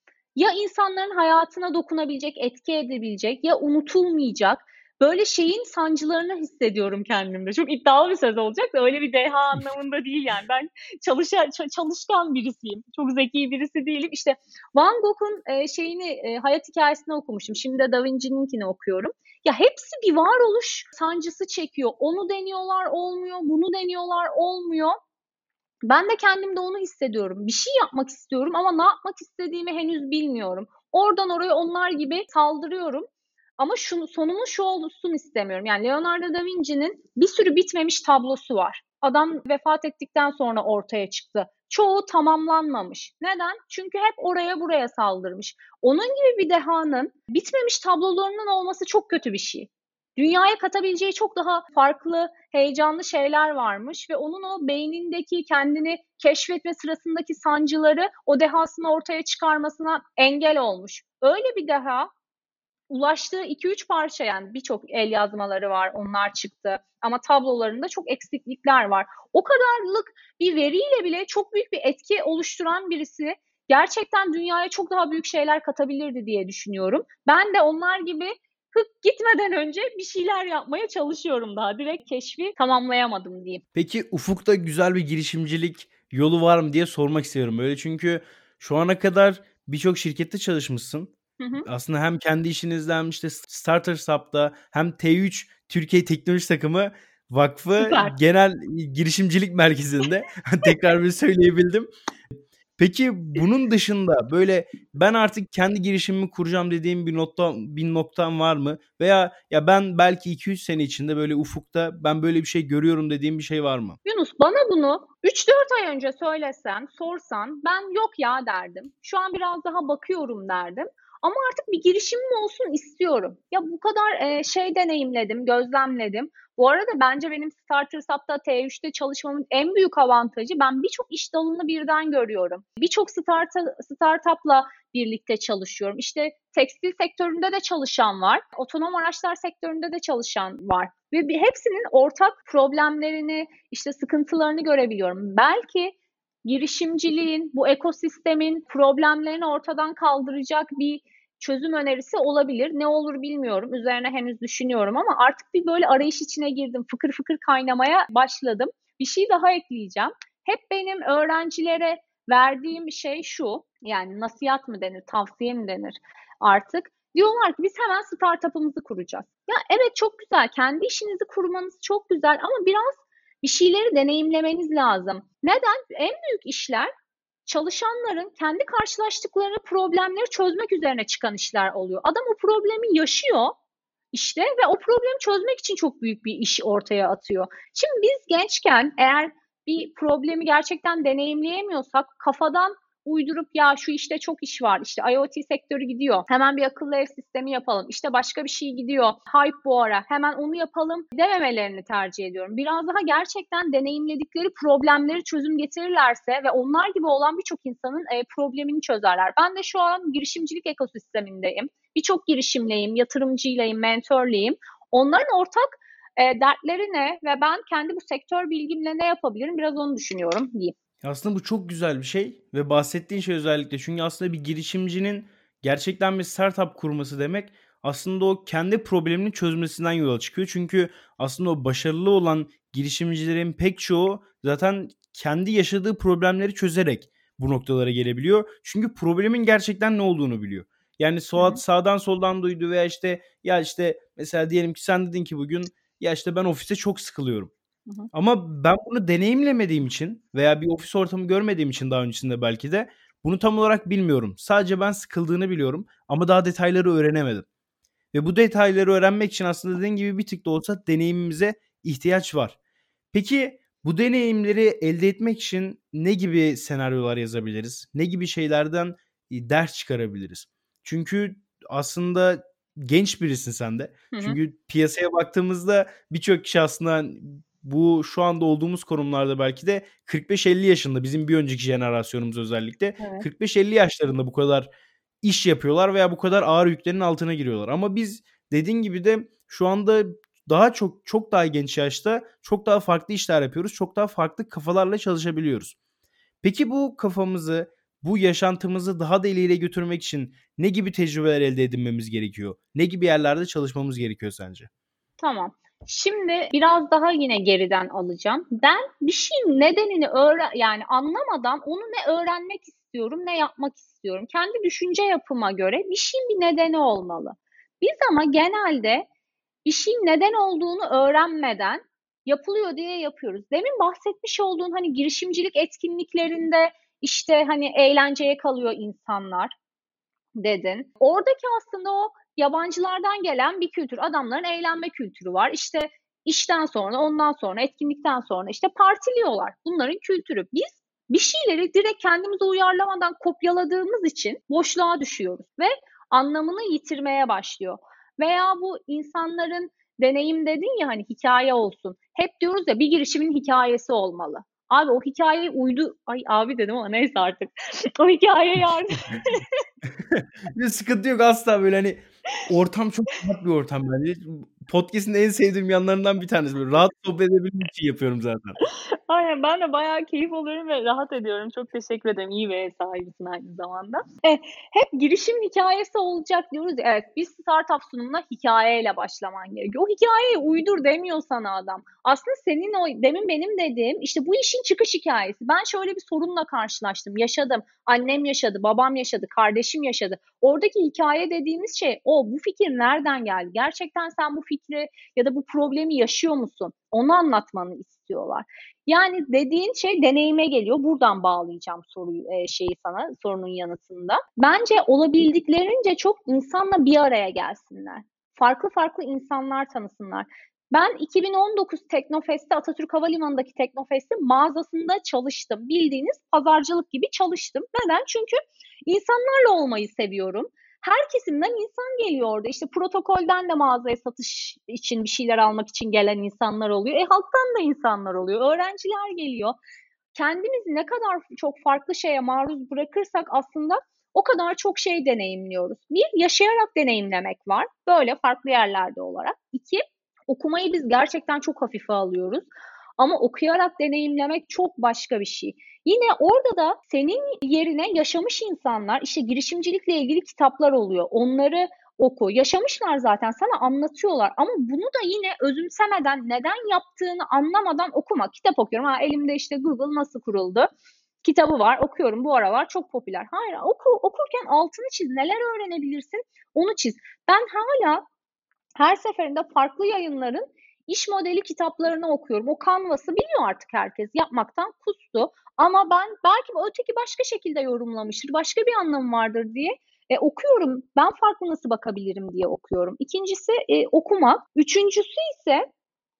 Ya insanların hayatına dokunabilecek, etki edebilecek, ya unutulmayacak. Böyle şeyin sancılarını hissediyorum kendimde. Çok iddialı bir söz olacak da öyle bir deha anlamında değil yani. Ben çalışa, çalışkan birisiyim. Çok zeki birisi değilim. İşte Van Gogh'un e, şeyini, e, hayat hikayesini okumuşum. Şimdi de Da Vinci'ninkini okuyorum. Ya hepsi bir varoluş sancısı çekiyor. Onu deniyorlar olmuyor, bunu deniyorlar olmuyor. Ben de kendimde onu hissediyorum. Bir şey yapmak istiyorum ama ne yapmak istediğimi henüz bilmiyorum. Oradan oraya onlar gibi saldırıyorum. Ama şunu, sonunun şu olsun istemiyorum. Yani Leonardo da Vinci'nin bir sürü bitmemiş tablosu var. Adam vefat ettikten sonra ortaya çıktı. Çoğu tamamlanmamış. Neden? Çünkü hep oraya buraya saldırmış. Onun gibi bir dehanın bitmemiş tablolarının olması çok kötü bir şey. Dünyaya katabileceği çok daha farklı, heyecanlı şeyler varmış ve onun o beynindeki kendini keşfetme sırasındaki sancıları o dehasını ortaya çıkarmasına engel olmuş. Öyle bir deha ulaştığı iki üç parça, yani birçok el yazmaları var, onlar çıktı. Ama tablolarında çok eksiklikler var. O kadarlık bir veriyle bile çok büyük bir etki oluşturan birisi gerçekten dünyaya çok daha büyük şeyler katabilirdi diye düşünüyorum. Ben de onlar gibi hık gitmeden önce bir şeyler yapmaya çalışıyorum daha. Direkt keşfi tamamlayamadım diyeyim. Peki ufukta güzel bir girişimcilik yolu var mı diye sormak istiyorum. Böyle çünkü şu ana kadar birçok şirkette çalışmışsın. Hı hı. Aslında hem kendi işinizde hem işte Starters Hub'da hem T üç Türkiye Teknoloji Takımı Vakfı Süper. Genel Girişimcilik Merkezi'nde tekrar bir söyleyebildim. Peki bunun dışında böyle ben artık kendi girişimimi kuracağım dediğin bir nokta bir noktan var mı? Veya ya ben belki iki üç sene içinde böyle ufukta ben böyle bir şey görüyorum dediğin bir şey var mı? Yunus, bana bunu üç dört ay önce söylesen, sorsan ben yok ya derdim. Şu an biraz daha bakıyorum derdim. Ama artık bir girişimim olsun istiyorum. Ya bu kadar e, şey deneyimledim, gözlemledim. Bu arada bence benim Starters Hub'da T üçte çalışmamın en büyük avantajı, ben birçok iş dalını birden görüyorum. Birçok start startup'la birlikte çalışıyorum. İşte tekstil sektöründe de çalışan var, otonom araçlar sektöründe de çalışan var. Ve bir, hepsinin ortak problemlerini, işte sıkıntılarını görebiliyorum. Belki girişimciliğin, bu ekosistemin problemlerini ortadan kaldıracak bir çözüm önerisi olabilir. Ne olur bilmiyorum. Üzerine henüz düşünüyorum ama artık bir böyle arayış içine girdim. Fıkır fıkır kaynamaya başladım. Bir şey daha ekleyeceğim. Hep benim öğrencilere verdiğim şey şu. Yani nasihat mı denir, tavsiye mi denir artık? Diyorlar ki biz hemen startup'ımızı kuracağız. Ya evet, çok güzel. Kendi işinizi kurmanız çok güzel ama biraz bir şeyleri deneyimlemeniz lazım. Neden? En büyük işler çalışanların kendi karşılaştıkları problemleri çözmek üzerine çıkan işler oluyor. Adam o problemi yaşıyor işte ve o problemi çözmek için çok büyük bir iş ortaya atıyor. Şimdi biz gençken eğer bir problemi gerçekten deneyimleyemiyorsak kafadan uydurup ya şu işte çok iş var, işte IoT sektörü gidiyor, hemen bir akıllı ev sistemi yapalım, işte başka bir şey gidiyor, hype bu ara, hemen onu yapalım dememelerini tercih ediyorum. Biraz daha gerçekten deneyimledikleri problemleri çözüm getirirlerse ve onlar gibi olan birçok insanın e, problemini çözerler. Ben de şu an girişimcilik ekosistemindeyim. Birçok girişimleyim, yatırımcıylayım, mentörleyim. Onların ortak e, dertleri ne ve ben kendi bu sektör bilgimle ne yapabilirim, biraz onu düşünüyorum diyeyim. Aslında bu çok güzel bir şey ve bahsettiğin şey özellikle çünkü aslında bir girişimcinin gerçekten bir startup kurması demek aslında o kendi problemini çözmesinden yola çıkıyor. Çünkü aslında o başarılı olan girişimcilerin pek çoğu zaten kendi yaşadığı problemleri çözerek bu noktalara gelebiliyor. Çünkü problemin gerçekten ne olduğunu biliyor. Yani Hı hı. Suat sağdan soldan duydu veya işte ya işte mesela diyelim ki sen dedin ki bugün ya işte ben ofiste çok sıkılıyorum. Hı hı. Ama ben bunu deneyimlemediğim için veya bir ofis ortamı görmediğim için daha öncesinde belki de bunu tam olarak bilmiyorum. Sadece ben sıkıldığını biliyorum ama daha detayları öğrenemedim. Ve bu detayları öğrenmek için aslında dediğin gibi bir tık da olsa deneyimimize ihtiyaç var. Peki bu deneyimleri elde etmek için ne gibi senaryolar yazabiliriz? Ne gibi şeylerden e, ders çıkarabiliriz? Çünkü aslında genç birisin sen de. Hı hı. Çünkü piyasaya baktığımızda birçok kişi aslında bu şu anda olduğumuz konumlarda belki de kırk beş elli yaşında bizim bir önceki jenerasyonumuz özellikle Evet. kırk beş elli yaşlarında bu kadar iş yapıyorlar veya bu kadar ağır yüklerin altına giriyorlar. Ama biz dediğin gibi de şu anda daha çok çok daha genç yaşta çok daha farklı işler yapıyoruz. Çok daha farklı kafalarla çalışabiliyoruz. Peki bu kafamızı, bu yaşantımızı daha da ileriye götürmek için ne gibi tecrübeler elde edinmemiz gerekiyor? Ne gibi yerlerde çalışmamız gerekiyor sence? Tamam. Şimdi biraz daha yine geriden alacağım. Ben bir şeyin nedenini öğren yani anlamadan onu ne öğrenmek istiyorum, ne yapmak istiyorum. Kendi düşünce yapıma göre bir şeyin bir nedeni olmalı. Biz ama genelde bir şeyin neden olduğunu öğrenmeden yapılıyor diye yapıyoruz. Demin bahsetmiş olduğun hani girişimcilik etkinliklerinde işte hani eğlenceye kalıyor insanlar dedin. Oradaki aslında o yabancılardan gelen bir kültür. Adamların eğlenme kültürü var. İşte işten sonra, ondan sonra, etkinlikten sonra işte partiliyorlar. Bunların kültürü. Biz bir şeyleri direkt kendimize uyarlamadan kopyaladığımız için boşluğa düşüyoruz ve anlamını yitirmeye başlıyor. Veya bu insanların deneyim dedin ya, hani hikaye olsun. Hep diyoruz ya, bir girişimin hikayesi olmalı. Abi o hikayeyi uydu... Ay abi dedim ama neyse artık. O hikaye yardım. Bir sıkıntı yok asla, böyle hani ortam çok rahat bir ortam bence. Podcast'in en sevdiğim yanlarından bir tanesi. Böyle rahat sohbet edebilmek için yapıyorum zaten. Aynen, ben de bayağı keyif alıyorum ve rahat ediyorum. Çok teşekkür ederim. İyi bir ev sahibisin aynı zamanda. E, hep girişim hikayesi olacak diyoruz ya. Evet, bir startup sunumuna hikayeyle başlaman gerekiyor. O hikayeyi uydur demiyor sana adam. Aslında senin o demin benim dediğim işte bu işin çıkış hikayesi. Ben şöyle bir sorunla karşılaştım. Yaşadım. Annem yaşadı, babam yaşadı, kardeşim yaşadı. Oradaki hikaye dediğimiz şey o. Bu fikir nereden geldi? Gerçekten sen bu fikri ya da bu problemi yaşıyor musun? Onu anlatmanı istiyorlar. Yani dediğin şey deneyime geliyor. Buradan bağlayacağım soruyu, e, şeyi sana, sorunun yanıtında. Bence olabildiklerince çok insanla bir araya gelsinler. Farklı farklı insanlar tanısınlar. Ben iki bin on dokuz Teknofest'te, Atatürk Havalimanı'ndaki Teknofest'in mağazasında çalıştım. Bildiğiniz pazarcılık gibi çalıştım. Neden? Çünkü insanlarla olmayı seviyorum. Her kesimden insan geliyor orada. İşte protokolden de mağazaya satış için bir şeyler almak için gelen insanlar oluyor. E halktan da insanlar oluyor. Öğrenciler geliyor. Kendimizi ne kadar çok farklı şeye maruz bırakırsak aslında o kadar çok şey deneyimliyoruz. Bir, yaşayarak deneyimlemek var. Böyle farklı yerlerde olarak. İki, okumayı biz gerçekten çok hafife alıyoruz. Ama okuyarak deneyimlemek çok başka bir şey. Yine orada da senin yerine yaşamış insanlar, işte girişimcilikle ilgili kitaplar oluyor. Onları oku. Yaşamışlar zaten, sana anlatıyorlar. Ama bunu da yine özümsemeden, neden yaptığını anlamadan okuma. Kitap okuyorum. Ha, elimde işte Google nasıl kuruldu kitabı var. Okuyorum. Bu aralar çok popüler. Hayır, oku, okurken altını çiz. Neler öğrenebilirsin? Onu çiz. Ben hala her seferinde farklı yayınların iş modeli kitaplarını okuyorum. O Canvas'ı biliyor artık herkes. Yapmaktan kustu. Ama ben belki öteki başka şekilde yorumlamıştır. Başka bir anlamı vardır diye e, okuyorum. Ben farklı nasıl bakabilirim diye okuyorum. İkincisi e, okumak. Üçüncüsü ise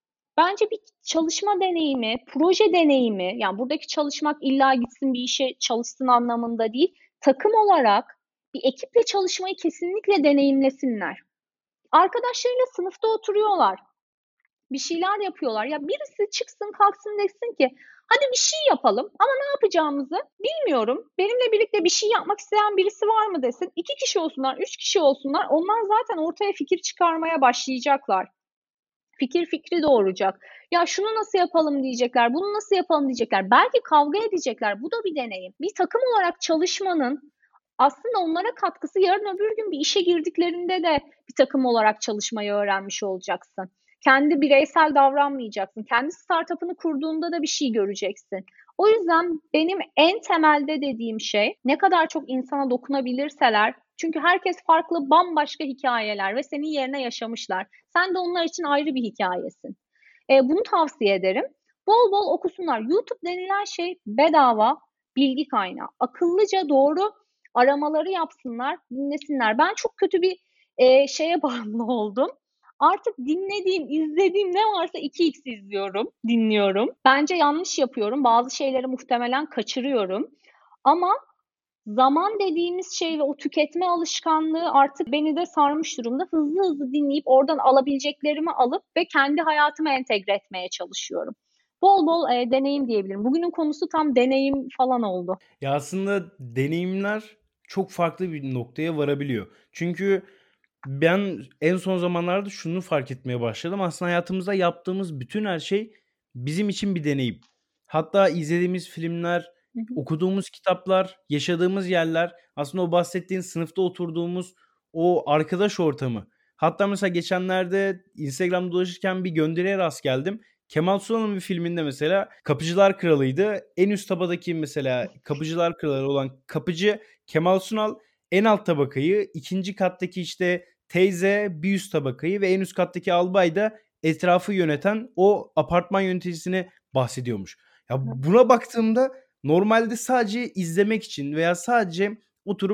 bence bir çalışma deneyimi, proje deneyimi. Yani buradaki çalışmak illa gitsin bir işe çalışsın anlamında değil. Takım olarak bir ekiple çalışmayı kesinlikle deneyimlesinler. Arkadaşlarıyla sınıfta oturuyorlar. Bir şeyler yapıyorlar. Ya birisi çıksın kalksın desin ki hadi bir şey yapalım ama ne yapacağımızı bilmiyorum. Benimle birlikte bir şey yapmak isteyen birisi var mı desin. İki kişi olsunlar, üç kişi olsunlar. Onlar zaten ortaya fikir çıkarmaya başlayacaklar. Fikir fikri doğuracak. Ya şunu nasıl yapalım diyecekler, bunu nasıl yapalım diyecekler. Belki kavga edecekler. Bu da bir deneyim. Bir takım olarak çalışmanın aslında onlara katkısı, yarın öbür gün bir işe girdiklerinde de bir takım olarak çalışmayı öğrenmiş olacaksın. Kendi bireysel davranmayacaksın. Kendi startup'ını kurduğunda da bir şey göreceksin. O yüzden benim en temelde dediğim şey, ne kadar çok insana dokunabilirseler, çünkü herkes farklı, bambaşka hikayeler ve senin yerine yaşamışlar. Sen de onlar için ayrı bir hikayesin. E, bunu tavsiye ederim. Bol bol okusunlar. YouTube denilen şey bedava bilgi kaynağı. Akıllıca doğru aramaları yapsınlar, dinlesinler. Ben çok kötü bir e, şeye bağımlı oldum. Artık dinlediğim, izlediğim ne varsa iki x izliyorum, dinliyorum. Bence yanlış yapıyorum. Bazı şeyleri muhtemelen kaçırıyorum. Ama zaman dediğimiz şey ve o tüketme alışkanlığı artık beni de sarmış durumda. Hızlı hızlı dinleyip oradan alabileceklerimi alıp ve kendi hayatıma entegre etmeye çalışıyorum. Bol bol e, deneyim diyebilirim. Bugünün konusu tam deneyim falan oldu. Ya aslında deneyimler çok farklı bir noktaya varabiliyor. Çünkü ben en son zamanlarda şunu fark etmeye başladım. Aslında hayatımızda yaptığımız bütün her şey bizim için bir deneyim. Hatta izlediğimiz filmler, Hı hı. okuduğumuz kitaplar, yaşadığımız yerler, aslında o bahsettiğin sınıfta oturduğumuz o arkadaş ortamı. Hatta mesela geçenlerde Instagram'da dolaşırken bir gönderiye rast geldim. Kemal Sunal'ın bir filminde mesela Kapıcılar Kralı'ydı. En üst tabadaki mesela Kapıcılar Kralı olan kapıcı Kemal Sunal, en alt tabakayı, ikinci kattaki işte teyze bir üst tabakayı ve en üst kattaki albay da etrafı yöneten o apartman yöneticisini bahsediyormuş. Ya buna baktığımda normalde sadece izlemek için veya sadece oturup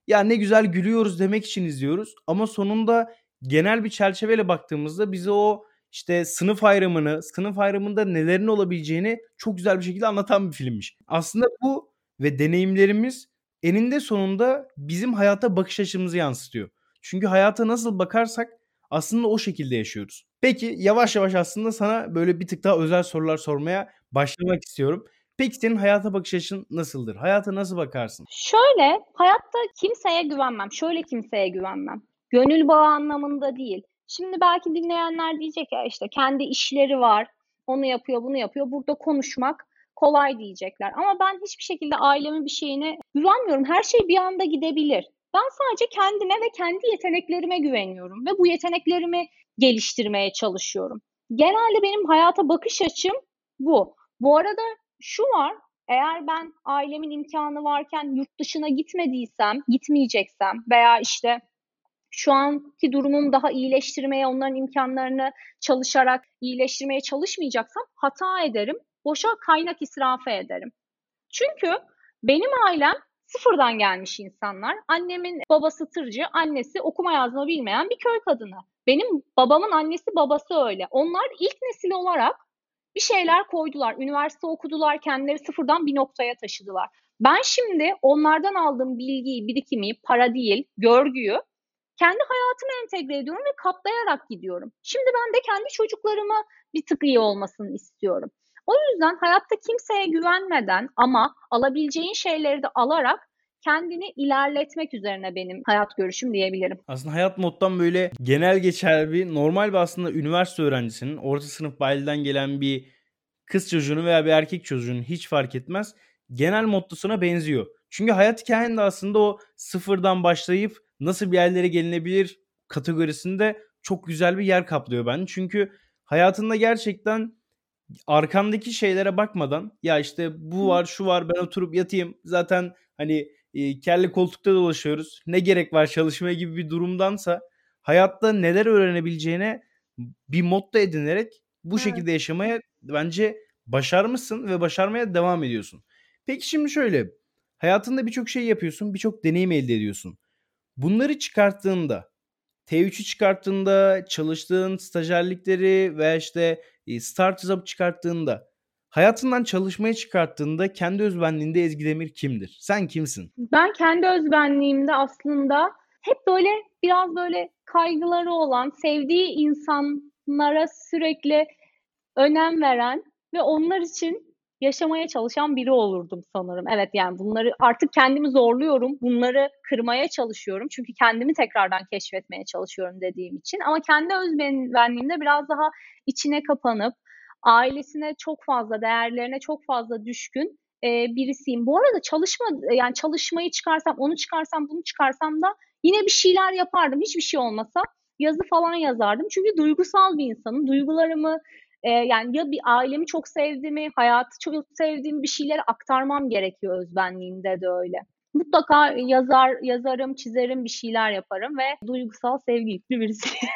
ya ne güzel gülüyoruz demek için izliyoruz ama sonunda genel bir çerçeveyle baktığımızda bize o işte sınıf ayrımını, sınıf ayrımında nelerin olabileceğini çok güzel bir şekilde anlatan bir filmmiş. Aslında bu ve deneyimlerimiz eninde sonunda bizim hayata bakış açımızı yansıtıyor. Çünkü hayata nasıl bakarsak aslında o şekilde yaşıyoruz. Peki yavaş yavaş aslında sana böyle bir tık daha özel sorular sormaya başlamak istiyorum. Peki senin hayata bakış açın nasıldır? Hayata nasıl bakarsın? Şöyle, hayatta kimseye güvenmem. Şöyle kimseye güvenmem. Gönül bağı anlamında değil. Şimdi belki dinleyenler diyecek ya işte kendi işleri var, onu yapıyor, bunu yapıyor. Burada konuşmak kolay diyecekler. Ama ben hiçbir şekilde ailemin bir şeyine güvenmiyorum. Her şey bir anda gidebilir. Ben sadece kendime ve kendi yeteneklerime güveniyorum ve bu yeteneklerimi geliştirmeye çalışıyorum. Genelde benim hayata bakış açım bu. Bu arada şu var, eğer ben ailemin imkanı varken yurt dışına gitmediysem, gitmeyeceksem veya işte şu anki durumumu daha iyileştirmeye, onların imkanlarını çalışarak iyileştirmeye çalışmayacaksam hata ederim, boşa kaynak israfı ederim. Çünkü benim ailem sıfırdan gelmiş insanlar. Annemin babası tırcı, annesi okuma yazma bilmeyen bir köy kadını. Benim babamın annesi babası öyle. Onlar ilk nesil olarak bir şeyler koydular. Üniversite okudular, kendileri sıfırdan bir noktaya taşıdılar. Ben şimdi onlardan aldığım bilgiyi, birikimi, para değil, görgüyü kendi hayatıma entegre ediyorum ve katlayarak gidiyorum. Şimdi ben de kendi çocuklarıma bir tık iyi olmasını istiyorum. O yüzden hayatta kimseye güvenmeden ama alabileceğin şeyleri de alarak kendini ilerletmek üzerine benim hayat görüşüm diyebilirim. Aslında hayat moddan böyle genel geçer bir normal bir aslında üniversite öğrencisinin orta sınıf aileden gelen bir kız çocuğunu veya bir erkek çocuğunu hiç fark etmez genel mottosuna benziyor. Çünkü hayat hikayen de aslında o sıfırdan başlayıp nasıl bir yerlere gelinebilir kategorisinde çok güzel bir yer kaplıyor bence. Çünkü hayatında gerçekten arkandaki şeylere bakmadan ya işte bu var şu var ben oturup yatayım zaten hani e, kelle koltukta dolaşıyoruz ne gerek var çalışmaya gibi bir durumdansa hayatta neler öğrenebileceğine bir motto edinerek bu Evet. şekilde yaşamaya bence başarmışsın ve başarmaya devam ediyorsun. Peki şimdi şöyle hayatında birçok şey yapıyorsun birçok deneyim elde ediyorsun. Bunları çıkarttığında T üçü çıkarttığında, çalıştığın stajyerlikleri veya işte e, startup çıkarttığında, hayatından çalışmaya çıkarttığında kendi özbenliğinde Ezgi Demir kimdir? Sen kimsin? Ben kendi özbenliğimde aslında hep böyle biraz böyle kaygıları olan, sevdiği insanlara sürekli önem veren ve onlar için yaşamaya çalışan biri olurdum sanırım. Evet yani bunları artık kendimi zorluyorum. Bunları kırmaya çalışıyorum. Çünkü kendimi tekrardan keşfetmeye çalışıyorum dediğim için. Ama kendi özbenliğimde biraz daha içine kapanıp ailesine çok fazla, değerlerine çok fazla düşkün e, birisiyim. Bu arada çalışma yani çalışmayı çıkarsam, onu çıkarsam, bunu çıkarsam da yine bir şeyler yapardım. Hiçbir şey olmasa yazı falan yazardım. Çünkü duygusal bir insanım. Duygularımı e, yani ya bir ailemi çok sevdiğimi, hayatı çok sevdiğim bir şeyleri aktarmam gerekiyor özbenliğimde de öyle. Mutlaka yazar, yazarım, çizerim, bir şeyler yaparım ve duygusal, sevgi yüklü birisiyim.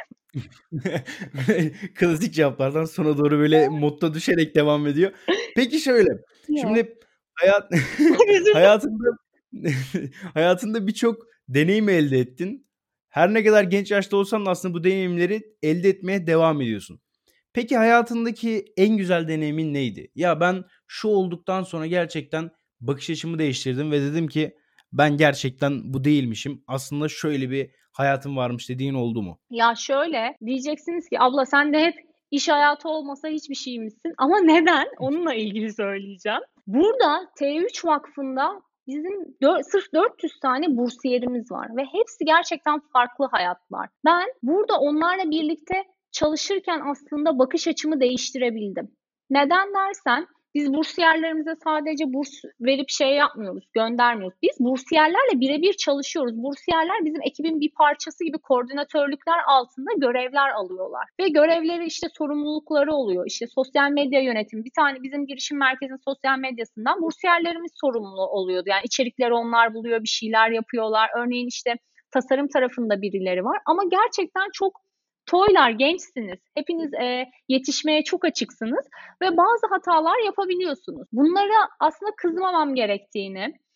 Klasik cevaplardan sona doğru böyle modda düşerek devam ediyor. Peki şöyle, Yok. şimdi hayat Üzüldüm. hayatında hayatında birçok deneyim elde ettin. Her ne kadar genç yaşta olsan da aslında bu deneyimleri elde etmeye devam ediyorsun. Peki hayatındaki en güzel deneyimin neydi? Ya ben şu olduktan sonra gerçekten bakış açımı değiştirdim ve dedim ki ben gerçekten bu değilmişim. Aslında şöyle bir hayatım varmış dediğin oldu mu? Ya şöyle diyeceksiniz ki abla sen de hep iş hayatı olmasa hiçbir şeymişsin. Ama neden? Onunla ilgili söyleyeceğim. Burada T üç Vakfı'nda bizim dört, sırf dört yüz tane bursiyerimiz var ve hepsi gerçekten farklı hayatlar. Ben burada onlarla birlikte çalışırken aslında bakış açımı değiştirebildim. Neden dersen biz bursiyerlerimize sadece burs verip şey yapmıyoruz, göndermiyoruz. Biz bursiyerlerle birebir çalışıyoruz. Bursiyerler bizim ekibin bir parçası gibi koordinatörlükler altında görevler alıyorlar. Ve görevleri işte sorumlulukları oluyor. İşte sosyal medya yönetimi. Bir tane bizim girişim merkezinin sosyal medyasından bursiyerlerimiz sorumlu oluyordu. Yani içerikleri onlar buluyor, bir şeyler yapıyorlar. Örneğin işte tasarım tarafında birileri var. Ama gerçekten çok toylar, gençsiniz. Hepiniz e, yetişmeye çok açıksınız ve bazı hatalar yapabiliyorsunuz. Bunlara aslında kızmamam gerektiğini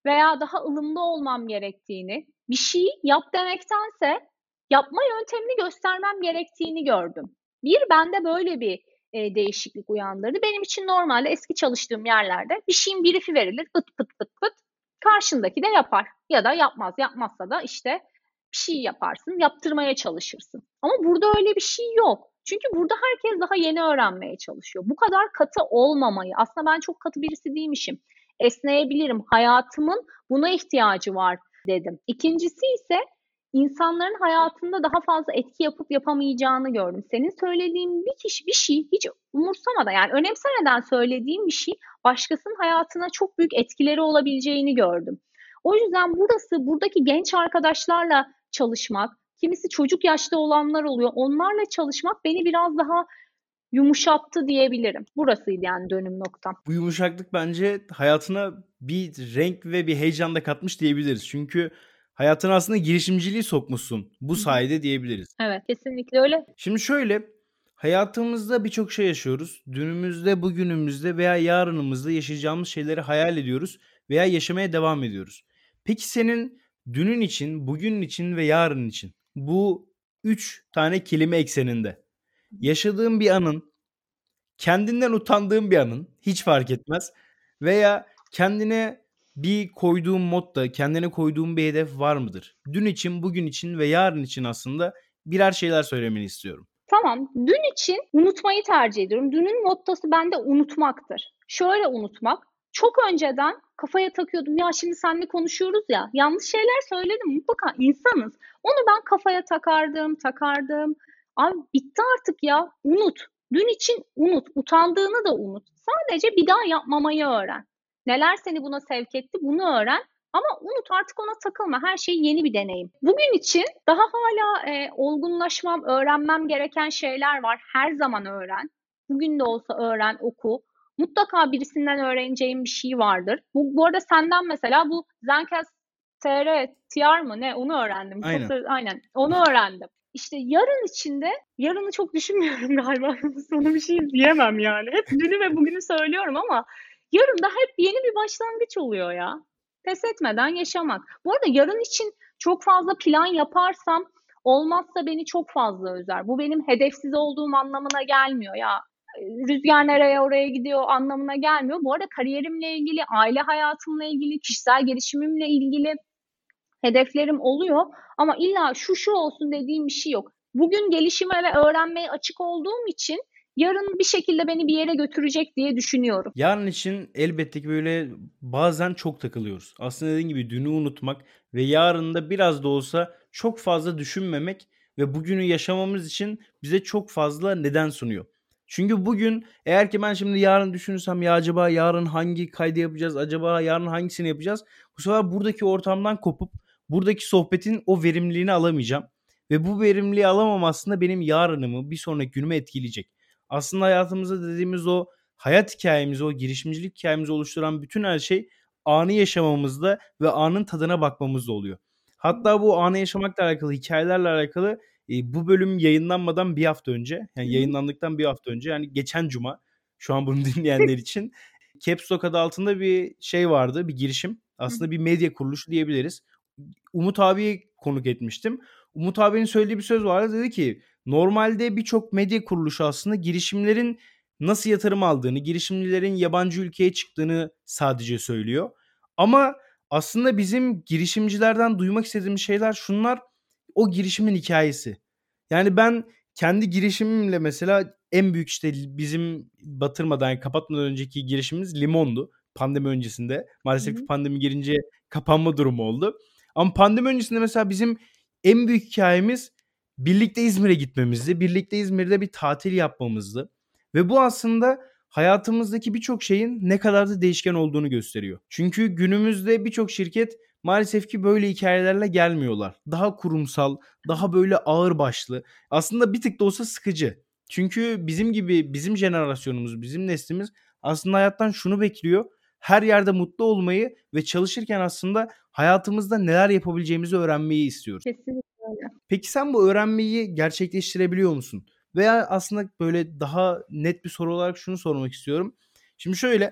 veya daha ılımlı olmam gerektiğini, bir şeyi yap demektense yapma yöntemini göstermem gerektiğini gördüm. Bir, bende böyle bir e, değişiklik uyandırdı. Benim için normalde eski çalıştığım yerlerde bir şeyin brief'i verilir, pıt pıt pıt pıt, karşındaki de yapar ya da yapmaz. Yapmazsa da işte bir şey yaparsın, yaptırmaya çalışırsın. Ama burada öyle bir şey yok. Çünkü burada herkes daha yeni öğrenmeye çalışıyor. Bu kadar katı olmamayı, aslında ben çok katı birisi değilmişim. Esneyebilirim, hayatımın buna ihtiyacı var dedim. İkincisi ise insanların hayatında daha fazla etki yapıp yapamayacağını gördüm. Senin söylediğin bir kişi bir şey hiç umursamadan, yani önemsemeden söylediğim bir şey başkasının hayatına çok büyük etkileri olabileceğini gördüm. O yüzden burası, buradaki genç arkadaşlarla çalışmak, kimisi çocuk yaşta olanlar oluyor, onlarla çalışmak beni biraz daha yumuşattı diyebilirim. Burasıydı yani dönüm noktam. Bu yumuşaklık bence hayatına bir renk ve bir heyecan da katmış diyebiliriz. Çünkü hayatına aslında girişimciliği sokmuşsun bu sayede diyebiliriz. Evet, kesinlikle öyle. Şimdi şöyle, hayatımızda birçok şey yaşıyoruz. Dünümüzde, bugünümüzde veya yarınımızda yaşayacağımız şeyleri hayal ediyoruz veya yaşamaya devam ediyoruz. Peki senin dünün için, bugünün için ve yarının için bu üç tane kelime ekseninde yaşadığın bir anın, kendinden utandığın bir anın, hiç fark etmez, veya kendine bir koyduğun motto, kendine koyduğun bir hedef var mıdır? Dün için, bugün için ve yarın için aslında birer şeyler söylemeni istiyorum. Tamam, dün için unutmayı tercih ediyorum. Dünün mottosu bende unutmaktır. Şöyle unutmak, çok önceden kafaya takıyordum. Ya şimdi seninle konuşuyoruz ya, yanlış şeyler söyledim, mutlaka insanız. Onu ben kafaya takardım, takardım. Abi bitti artık ya, unut. Dün için unut, utandığını da unut. Sadece bir daha yapmamayı öğren. Neler seni buna sevk etti, bunu öğren. Ama unut, artık ona takılma. Her şey yeni bir deneyim. Bugün için daha hala e, olgunlaşmam, öğrenmem gereken şeyler var. Her zaman öğren. Bugün de olsa öğren, oku. Mutlaka birisinden öğreneceğim bir şey vardır. Bu, bu arada senden mesela bu Zencastr T R, T R mı ne, onu öğrendim. Aynen. Çok da, aynen onu öğrendim. İşte yarın içinde, yarını çok düşünmüyorum galiba. Sana bir şey diyemem yani. Hep dünü ve bugünü söylüyorum ama yarın da hep yeni bir başlangıç oluyor ya. Pes etmeden yaşamak. Bu arada yarın için çok fazla plan yaparsam olmazsa beni çok fazla üzer. Bu benim hedefsiz olduğum anlamına gelmiyor ya. Rüzgar nereye oraya gidiyor anlamına gelmiyor. Bu arada kariyerimle ilgili, aile hayatımla ilgili, kişisel gelişimimle ilgili hedeflerim oluyor. Ama illa şu şu olsun dediğim bir şey yok. Bugün gelişime ve öğrenmeye açık olduğum için yarın bir şekilde beni bir yere götürecek diye düşünüyorum. Yarın için elbette ki böyle bazen çok takılıyoruz. Aslında dediğin gibi dünü unutmak ve yarında biraz da olsa çok fazla düşünmemek ve bugünü yaşamamız için bize çok fazla neden sunuyor. Çünkü bugün eğer ki ben şimdi yarın düşünürsem ya acaba yarın hangi kaydı yapacağız, acaba yarın hangisini yapacağız? Bu sefer buradaki ortamdan kopup buradaki sohbetin o verimliliğini alamayacağım. Ve bu verimliliği alamam aslında benim yarınımı, bir sonraki günümü etkileyecek. Aslında hayatımızda dediğimiz o hayat hikayemizi, o girişimcilik hikayemizi oluşturan bütün her şey anı yaşamamızda ve anın tadına bakmamızda oluyor. Hatta bu anı yaşamakla alakalı, hikayelerle alakalı e, bu bölüm yayınlanmadan bir hafta önce, yani yayınlandıktan bir hafta önce, yani geçen cuma, şu an bunu dinleyenler için Caps Lock adı altında bir şey vardı, bir girişim. Aslında bir medya kuruluşu diyebiliriz. Umut abiyi konuk etmiştim. Umut abinin söylediği bir söz vardı. Dedi ki normalde birçok medya kuruluşu aslında girişimlerin nasıl yatırım aldığını, girişimcilerin yabancı ülkeye çıktığını sadece söylüyor. Ama aslında bizim girişimcilerden duymak istediğimiz şeyler şunlar: o girişimin hikayesi. Yani ben kendi girişimimle mesela en büyük işte bizim batırmadan, yani kapatmadan önceki girişimimiz limondu. Pandemi öncesinde. Maalesef ki pandemi girince kapanma durumu oldu. Ama pandemi öncesinde mesela bizim en büyük hikayemiz birlikte İzmir'e gitmemizdi. Birlikte İzmir'de bir tatil yapmamızdı. Ve bu aslında hayatımızdaki birçok şeyin ne kadar da değişken olduğunu gösteriyor. Çünkü günümüzde birçok şirket maalesef ki böyle hikayelerle gelmiyorlar. Daha kurumsal, daha böyle ağırbaşlı. Aslında bir tık da olsa sıkıcı. Çünkü bizim gibi, bizim jenerasyonumuz, bizim neslimiz aslında hayattan şunu bekliyor: her yerde mutlu olmayı ve çalışırken aslında hayatımızda neler yapabileceğimizi öğrenmeyi istiyoruz. Kesinlikle öyle. Peki sen bu öğrenmeyi gerçekleştirebiliyor musun? Veya aslında böyle daha net bir soru olarak şunu sormak istiyorum. Şimdi şöyle,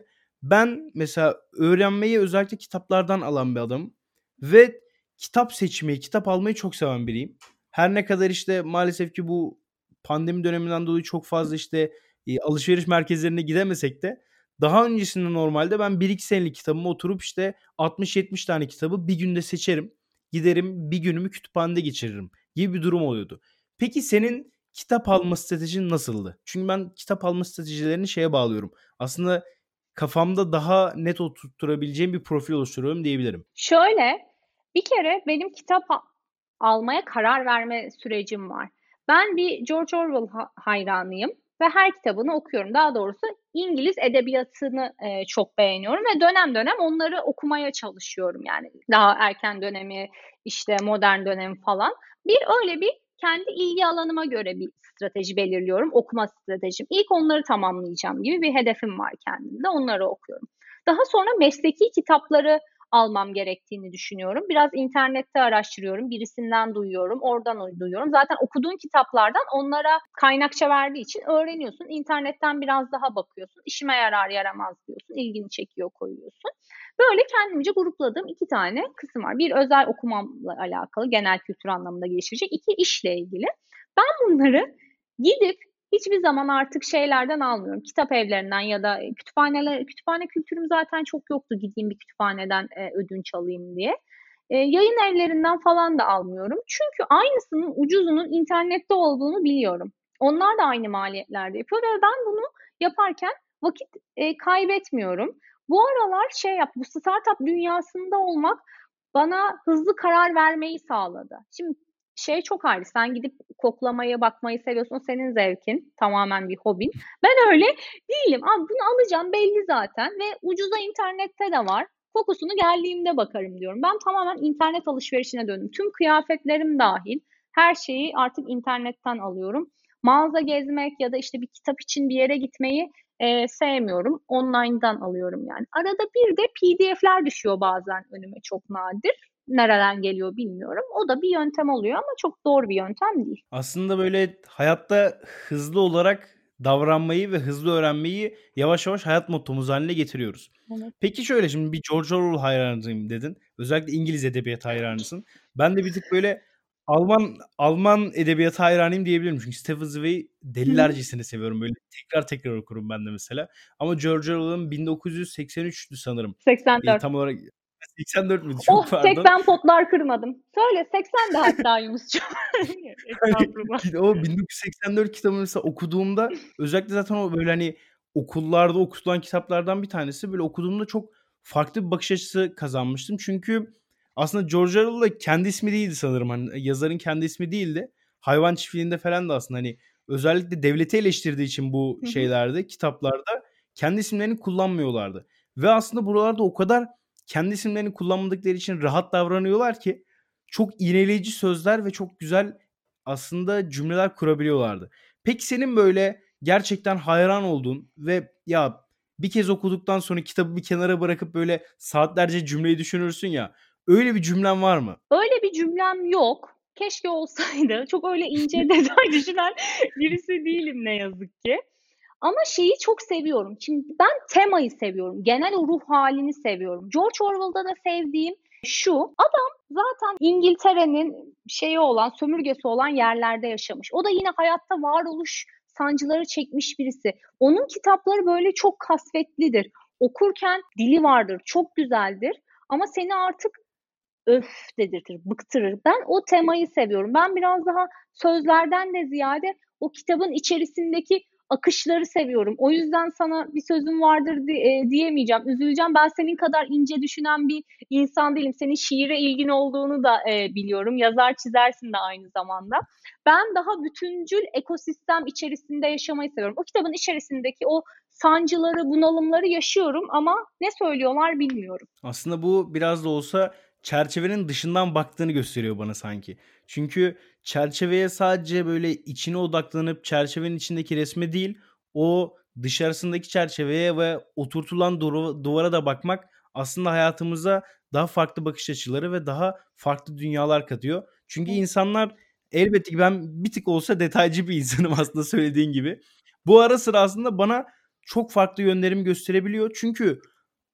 Ben mesela öğrenmeyi özellikle kitaplardan alan bir adamım ve kitap seçmeyi, kitap almayı çok seven biriyim. Her ne kadar işte maalesef ki bu pandemi döneminden dolayı çok fazla işte eee, alışveriş merkezlerine gidemesek de daha öncesinde normalde ben bir iki senelik kitabıma oturup işte altmış yetmiş tane kitabı bir günde seçerim. Giderim bir günümü kütüphanede geçiririm gibi bir durum oluyordu. Peki senin kitap alma stratejin nasıldı? Çünkü ben kitap alma stratejilerini şeye bağlıyorum. Aslında kafamda daha net oturtturabileceğim bir profil oluşturuyorum diyebilirim. Şöyle, bir kere benim kitap a almaya karar verme sürecim var. Ben bir George Orwell ha hayranıyım ve her kitabını okuyorum. Daha doğrusu İngiliz edebiyatını, eee, çok beğeniyorum ve dönem dönem onları okumaya çalışıyorum. Yani daha erken dönemi, işte modern dönemi falan. Bir öyle bir kendi ilgi alanıma göre bir strateji belirliyorum, okuma stratejim. İlk onları tamamlayacağım gibi bir hedefim var kendimde, onları okuyorum. Daha sonra mesleki kitapları almam gerektiğini düşünüyorum. Biraz internette araştırıyorum, birisinden duyuyorum, oradan duyuyorum. Zaten okuduğun kitaplardan onlara kaynakça verdiği için öğreniyorsun. İnternetten biraz daha bakıyorsun, işime yarar yaramaz diyorsun, ilgini çekiyor koyuyorsun. Böyle kendimce grupladığım iki tane kısım var. Bir özel okumamla alakalı, genel kültür anlamında geliştirecek. İki işle ilgili. Ben bunları gidip hiçbir zaman artık şeylerden almıyorum. Kitap evlerinden ya da kütüphaneler kütüphane kültürüm zaten çok yoktu gideyim bir kütüphaneden, eee, ödünç alayım diye. Eee, yayın evlerinden falan da almıyorum. Çünkü aynısının ucuzunun internette olduğunu biliyorum. Onlar da aynı maliyetlerde yapıyor ve ben bunu yaparken vakit, eee, kaybetmiyorum. Bu aralar şey yap bu startup dünyasında olmak bana hızlı karar vermeyi sağladı. Şimdi şey çok ayrı, sen gidip koklamayı, bakmayı seviyorsun, o senin zevkin, tamamen bir hobin. Ben öyle değilim. A, bunu alacağım belli zaten ve ucuza internette de var. Kokusunu geldiğimde bakarım diyorum. Ben tamamen internet alışverişine döndüm. Tüm kıyafetlerim dâhil her şeyi artık internetten alıyorum. Mağaza gezmek ya da işte bir kitap için bir yere gitmeyi, eee, sevmiyorum. Online'dan alıyorum yani. Arada bir de P D F'ler düşüyor bazen önüme çok nadir. Nereden geliyor bilmiyorum. O da bir yöntem oluyor ama çok doğru bir yöntem değil. Aslında böyle hayatta hızlı olarak davranmayı ve hızlı öğrenmeyi yavaş yavaş hayat mottomuz haline getiriyoruz. Evet. Peki şöyle, şimdi bir George Orwell hayranıyım dedin. Özellikle İngiliz edebiyatı hayranısın. Ben de bir tık böyle Alman Alman edebiyatı hayranıyım diyebilirim. Çünkü Stefan Zweig'i Hı hı. delilercesine seviyorum. Böyle tekrar tekrar okurum ben de mesela. Ama George Orwell'ın bin dokuz yüz seksen üçtü sanırım. seksen Eee, dört. tam olarak seksen dört müydü? Çok Oh, tek pardon. ben potlar kırmadım. Söyle seksen de hatta Yunus'cum. Hani Estağfurullah. ki o bin dokuz yüz seksen dört kitabını mesela okuduğumda özellikle zaten o böyle, hani, okullarda okutulan kitaplardan bir tanesi. Böyle okuduğumda çok farklı bir bakış açısı kazanmıştım. Çünkü aslında George Orwell da kendi ismi değildi sanırım. Hani, yazarın kendi ismi değildi. Hayvan Çiftliği'nde falan da aslında, hani, özellikle devleti eleştirdiği için bu Hı hı. şeylerde, kitaplarda kendi isimlerini kullanmıyorlardı. Ve aslında buralarda o kadar kendi isimlerini kullanmadıkları için rahat davranıyorlar ki çok iğneleyici sözler ve çok güzel aslında cümleler kurabiliyorlardı. Peki senin böyle gerçekten hayran olduğun ve ya bir kez okuduktan sonra kitabı bir kenara bırakıp böyle saatlerce cümleyi düşünürsün ya, öyle bir cümlen var mı? Öyle bir cümlem yok. Keşke olsaydı. Çok öyle ince detay düşünen birisi değilim ne yazık ki. Ama şeyi çok seviyorum. Şimdi ben temayı seviyorum. Genel o ruh halini seviyorum. George Orwell'da da sevdiğim şu, adam zaten İngiltere'nin şeyi olan, sömürgesi olan yerlerde yaşamış. O da yine hayatta varoluş sancıları çekmiş birisi. Onun kitapları böyle çok kasvetlidir. Okurken dili vardır, çok güzeldir ama seni artık öf dedirtir, bıktırır. Ben o temayı seviyorum. Ben biraz daha sözlerden de ziyade o kitabın içerisindeki akışları seviyorum. O yüzden sana bir sözüm vardır di eee, diyemeyeceğim, üzüleceğim. Ben senin kadar ince düşünen bir insan değilim. Senin şiire ilgin olduğunu da, eee, biliyorum. Yazar çizersin de aynı zamanda. Ben daha bütüncül ekosistem içerisinde yaşamayı seviyorum. O kitabın içerisindeki o sancıları, bunalımları yaşıyorum ama ne söylüyorlar bilmiyorum. Aslında bu biraz da olsa çerçevenin dışından baktığını gösteriyor bana sanki. Çünkü çerçeveye sadece böyle içine odaklanıp çerçevenin içindeki resme değil, o dışarısındaki çerçeveye ve oturtulan duru duvara da bakmak aslında hayatımıza daha farklı bakış açıları ve daha farklı dünyalar katıyor. Çünkü Evet. insanlar elbette ki ben bir tık olsa detaycı bir insanım aslında söylediğin gibi. Bu ara sıra aslında bana çok farklı yönlerimi gösterebiliyor. Çünkü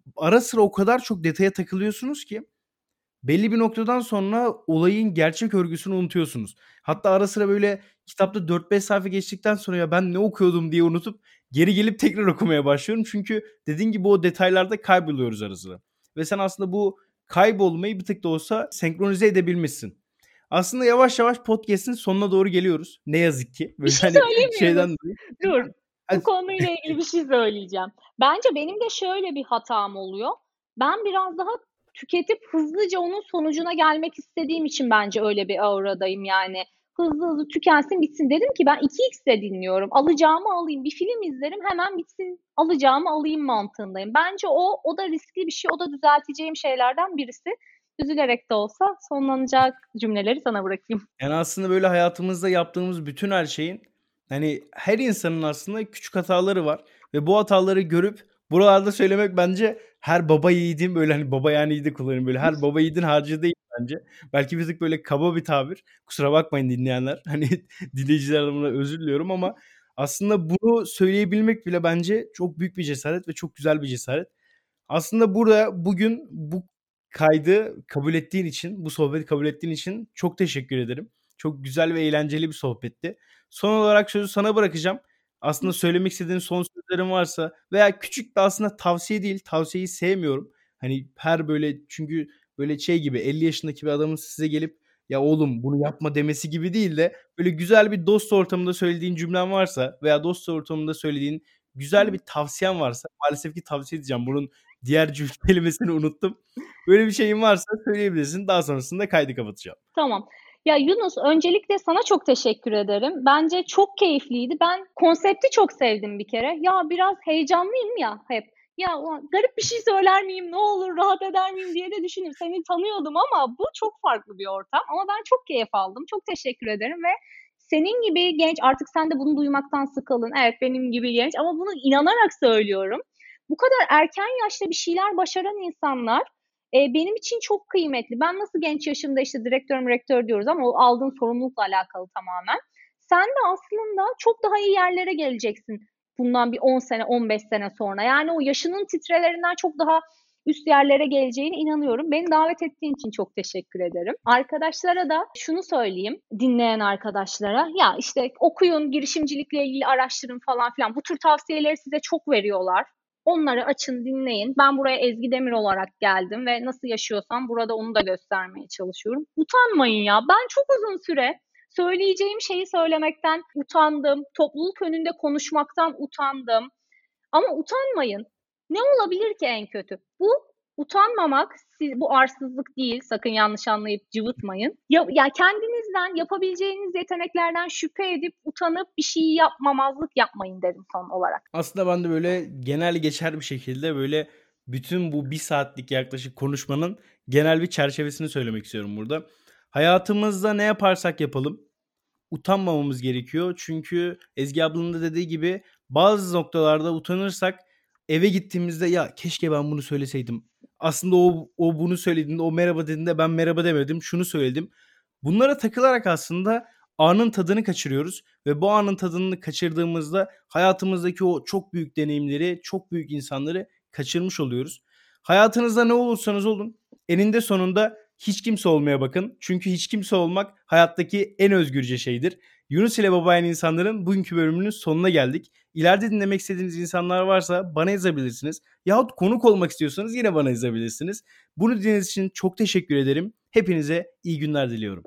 ara sıra o kadar çok detaya takılıyorsunuz ki belli bir noktadan sonra olayın gerçek örgüsünü unutuyorsunuz. Hatta ara sıra böyle kitapta dört beş sayfa geçtikten sonra "Ya, ben ne okuyordum?" diye unutup geri gelip tekrar okumaya başlıyorum. Çünkü dediğin gibi o detaylarda kayboluyoruz ara sıra ve sen aslında bu kaybolmayı bir tık da olsa senkronize edebilmişsin. Aslında yavaş yavaş podcast'in sonuna doğru geliyoruz. Ne yazık ki. Bir Böyle, şey hani, söyleyeyim mi şeyden Yunus? dolayı. Dur. Bu Hadi. konuyla ilgili bir şey söyleyeceğim. Bence benim de şöyle bir hatam oluyor. Ben biraz daha tüketip hızlıca onun sonucuna gelmek istediğim için bence öyle bir auradayım yani. Hızlı hızlı tükensin, bitsin. Dedim ki ben iki x'le dinliyorum. Alacağımı alayım. Bir film izlerim, hemen bitsin, alacağımı alayım mantığındayım. Bence o o da riskli bir şey. O da düzelteceğim şeylerden birisi. Üzülerek de olsa sonlanacak cümleleri sana bırakayım. Yani, aslında böyle hayatımızda yaptığımız bütün her şeyin, hani, her insanın aslında küçük hataları var ve bu hataları görüp buralarda söylemek bence her baba yiğidin, böyle, hani, baba yani yiğidi kullanayım, böyle, her baba yiğidin harcı değil bence. Belki bir tık böyle kaba bir tabir. Kusura bakmayın dinleyenler. Hani, dinleyiciler adına özür diliyorum ama aslında bunu söyleyebilmek bile bence çok büyük bir cesaret ve çok güzel bir cesaret. Aslında burada bugün bu kaydı kabul ettiğin için, bu sohbeti kabul ettiğin için çok teşekkür ederim. Çok güzel ve eğlenceli bir sohbetti. Son olarak sözü sana bırakacağım. Aslında söylemek istediğin son sözlerin varsa veya küçük de aslında tavsiye değil, tavsiyeyi sevmiyorum. Hani her böyle çünkü böyle şey gibi elli yaşındaki bir adamın size gelip "Ya oğlum bunu yapma." demesi gibi değil de böyle güzel bir dost ortamında söylediğin cümlen varsa veya dost ortamında söylediğin güzel bir tavsiyen varsa maalesef ki tavsiye diyeceğim. Bunun diğer cümle kelimesini unuttum. Böyle bir şeyin varsa söyleyebilirsin. Daha sonrasında kaydı kapatacağım. Tamam. Ya Yunus, öncelikle sana çok teşekkür ederim. Bence çok keyifliydi. Ben konsepti çok sevdim bir kere. Ya biraz heyecanlıyım ya hep. Ya ulan garip bir şey söyler miyim, ne olur rahat eder miyim diye de düşündüm. Seni tanıyordum ama bu çok farklı bir ortam. Ama ben çok keyif aldım. Çok teşekkür ederim ve senin gibi genç, artık sen de bunu duymaktan sıkıldın. Evet, benim gibi genç ama bunu inanarak söylüyorum. Bu kadar erken yaşta bir şeyler başaran insanlar e, benim için çok kıymetli. Ben nasıl genç yaşımda işte direktör direktör diyoruz ama o aldığın sorumlulukla alakalı tamamen. Sen de aslında çok daha iyi yerlere geleceksin bundan bir on sene, on beş sene sonra. Yani o yaşının titrelerinden çok daha üst yerlere geleceğine inanıyorum. Beni davet ettiğin için çok teşekkür ederim. Arkadaşlara da şunu söyleyeyim, dinleyen arkadaşlara. Ya işte okuyun, girişimcilikle ilgili araştırın falan filan. Bu tür tavsiyeleri size çok veriyorlar. Onları açın, dinleyin. Ben buraya Ezgi Demir olarak geldim ve nasıl yaşıyorsam burada onu da göstermeye çalışıyorum. Utanmayın ya. Ben çok uzun süre söyleyeceğim şeyi söylemekten utandım. Topluluk önünde konuşmaktan utandım. Ama utanmayın. Ne olabilir ki en kötü? Bu utanmamak, siz, bu arsızlık değil. Sakın yanlış anlayıp cıvıtmayın. Ya, ya kendinizden, yapabileceğiniz yeteneklerden şüphe edip utanıp bir şeyi yapmamazlık yapmayın derim son olarak. Aslında ben de böyle genel geçer bir şekilde böyle bütün bu bir saatlik yaklaşık konuşmanın genel bir çerçevesini söylemek istiyorum burada. Hayatımızda ne yaparsak yapalım utanmamamız gerekiyor. Çünkü Ezgi ablanın da dediği gibi bazı noktalarda utanırsak eve gittiğimizde ya keşke ben bunu söyleseydim. Aslında o, o bunu söylediğinde o merhaba dediğinde ben merhaba demedim şunu söyledim. Bunlara takılarak aslında anın tadını kaçırıyoruz ve bu anın tadını kaçırdığımızda hayatımızdaki o çok büyük deneyimleri, çok büyük insanları kaçırmış oluyoruz. Hayatınızda ne olursanız olun eninde sonunda hiç kimse olmaya bakın. Çünkü hiç kimse olmak hayattaki en özgürce şeydir. Yunus ile Babayan insanların bugünkü bölümünün sonuna geldik. İleride dinlemek istediğiniz insanlar varsa bana yazabilirsiniz. Yahut konuk olmak istiyorsanız yine bana yazabilirsiniz. Bunu dinlediğiniz için çok teşekkür ederim. Hepinize iyi günler diliyorum.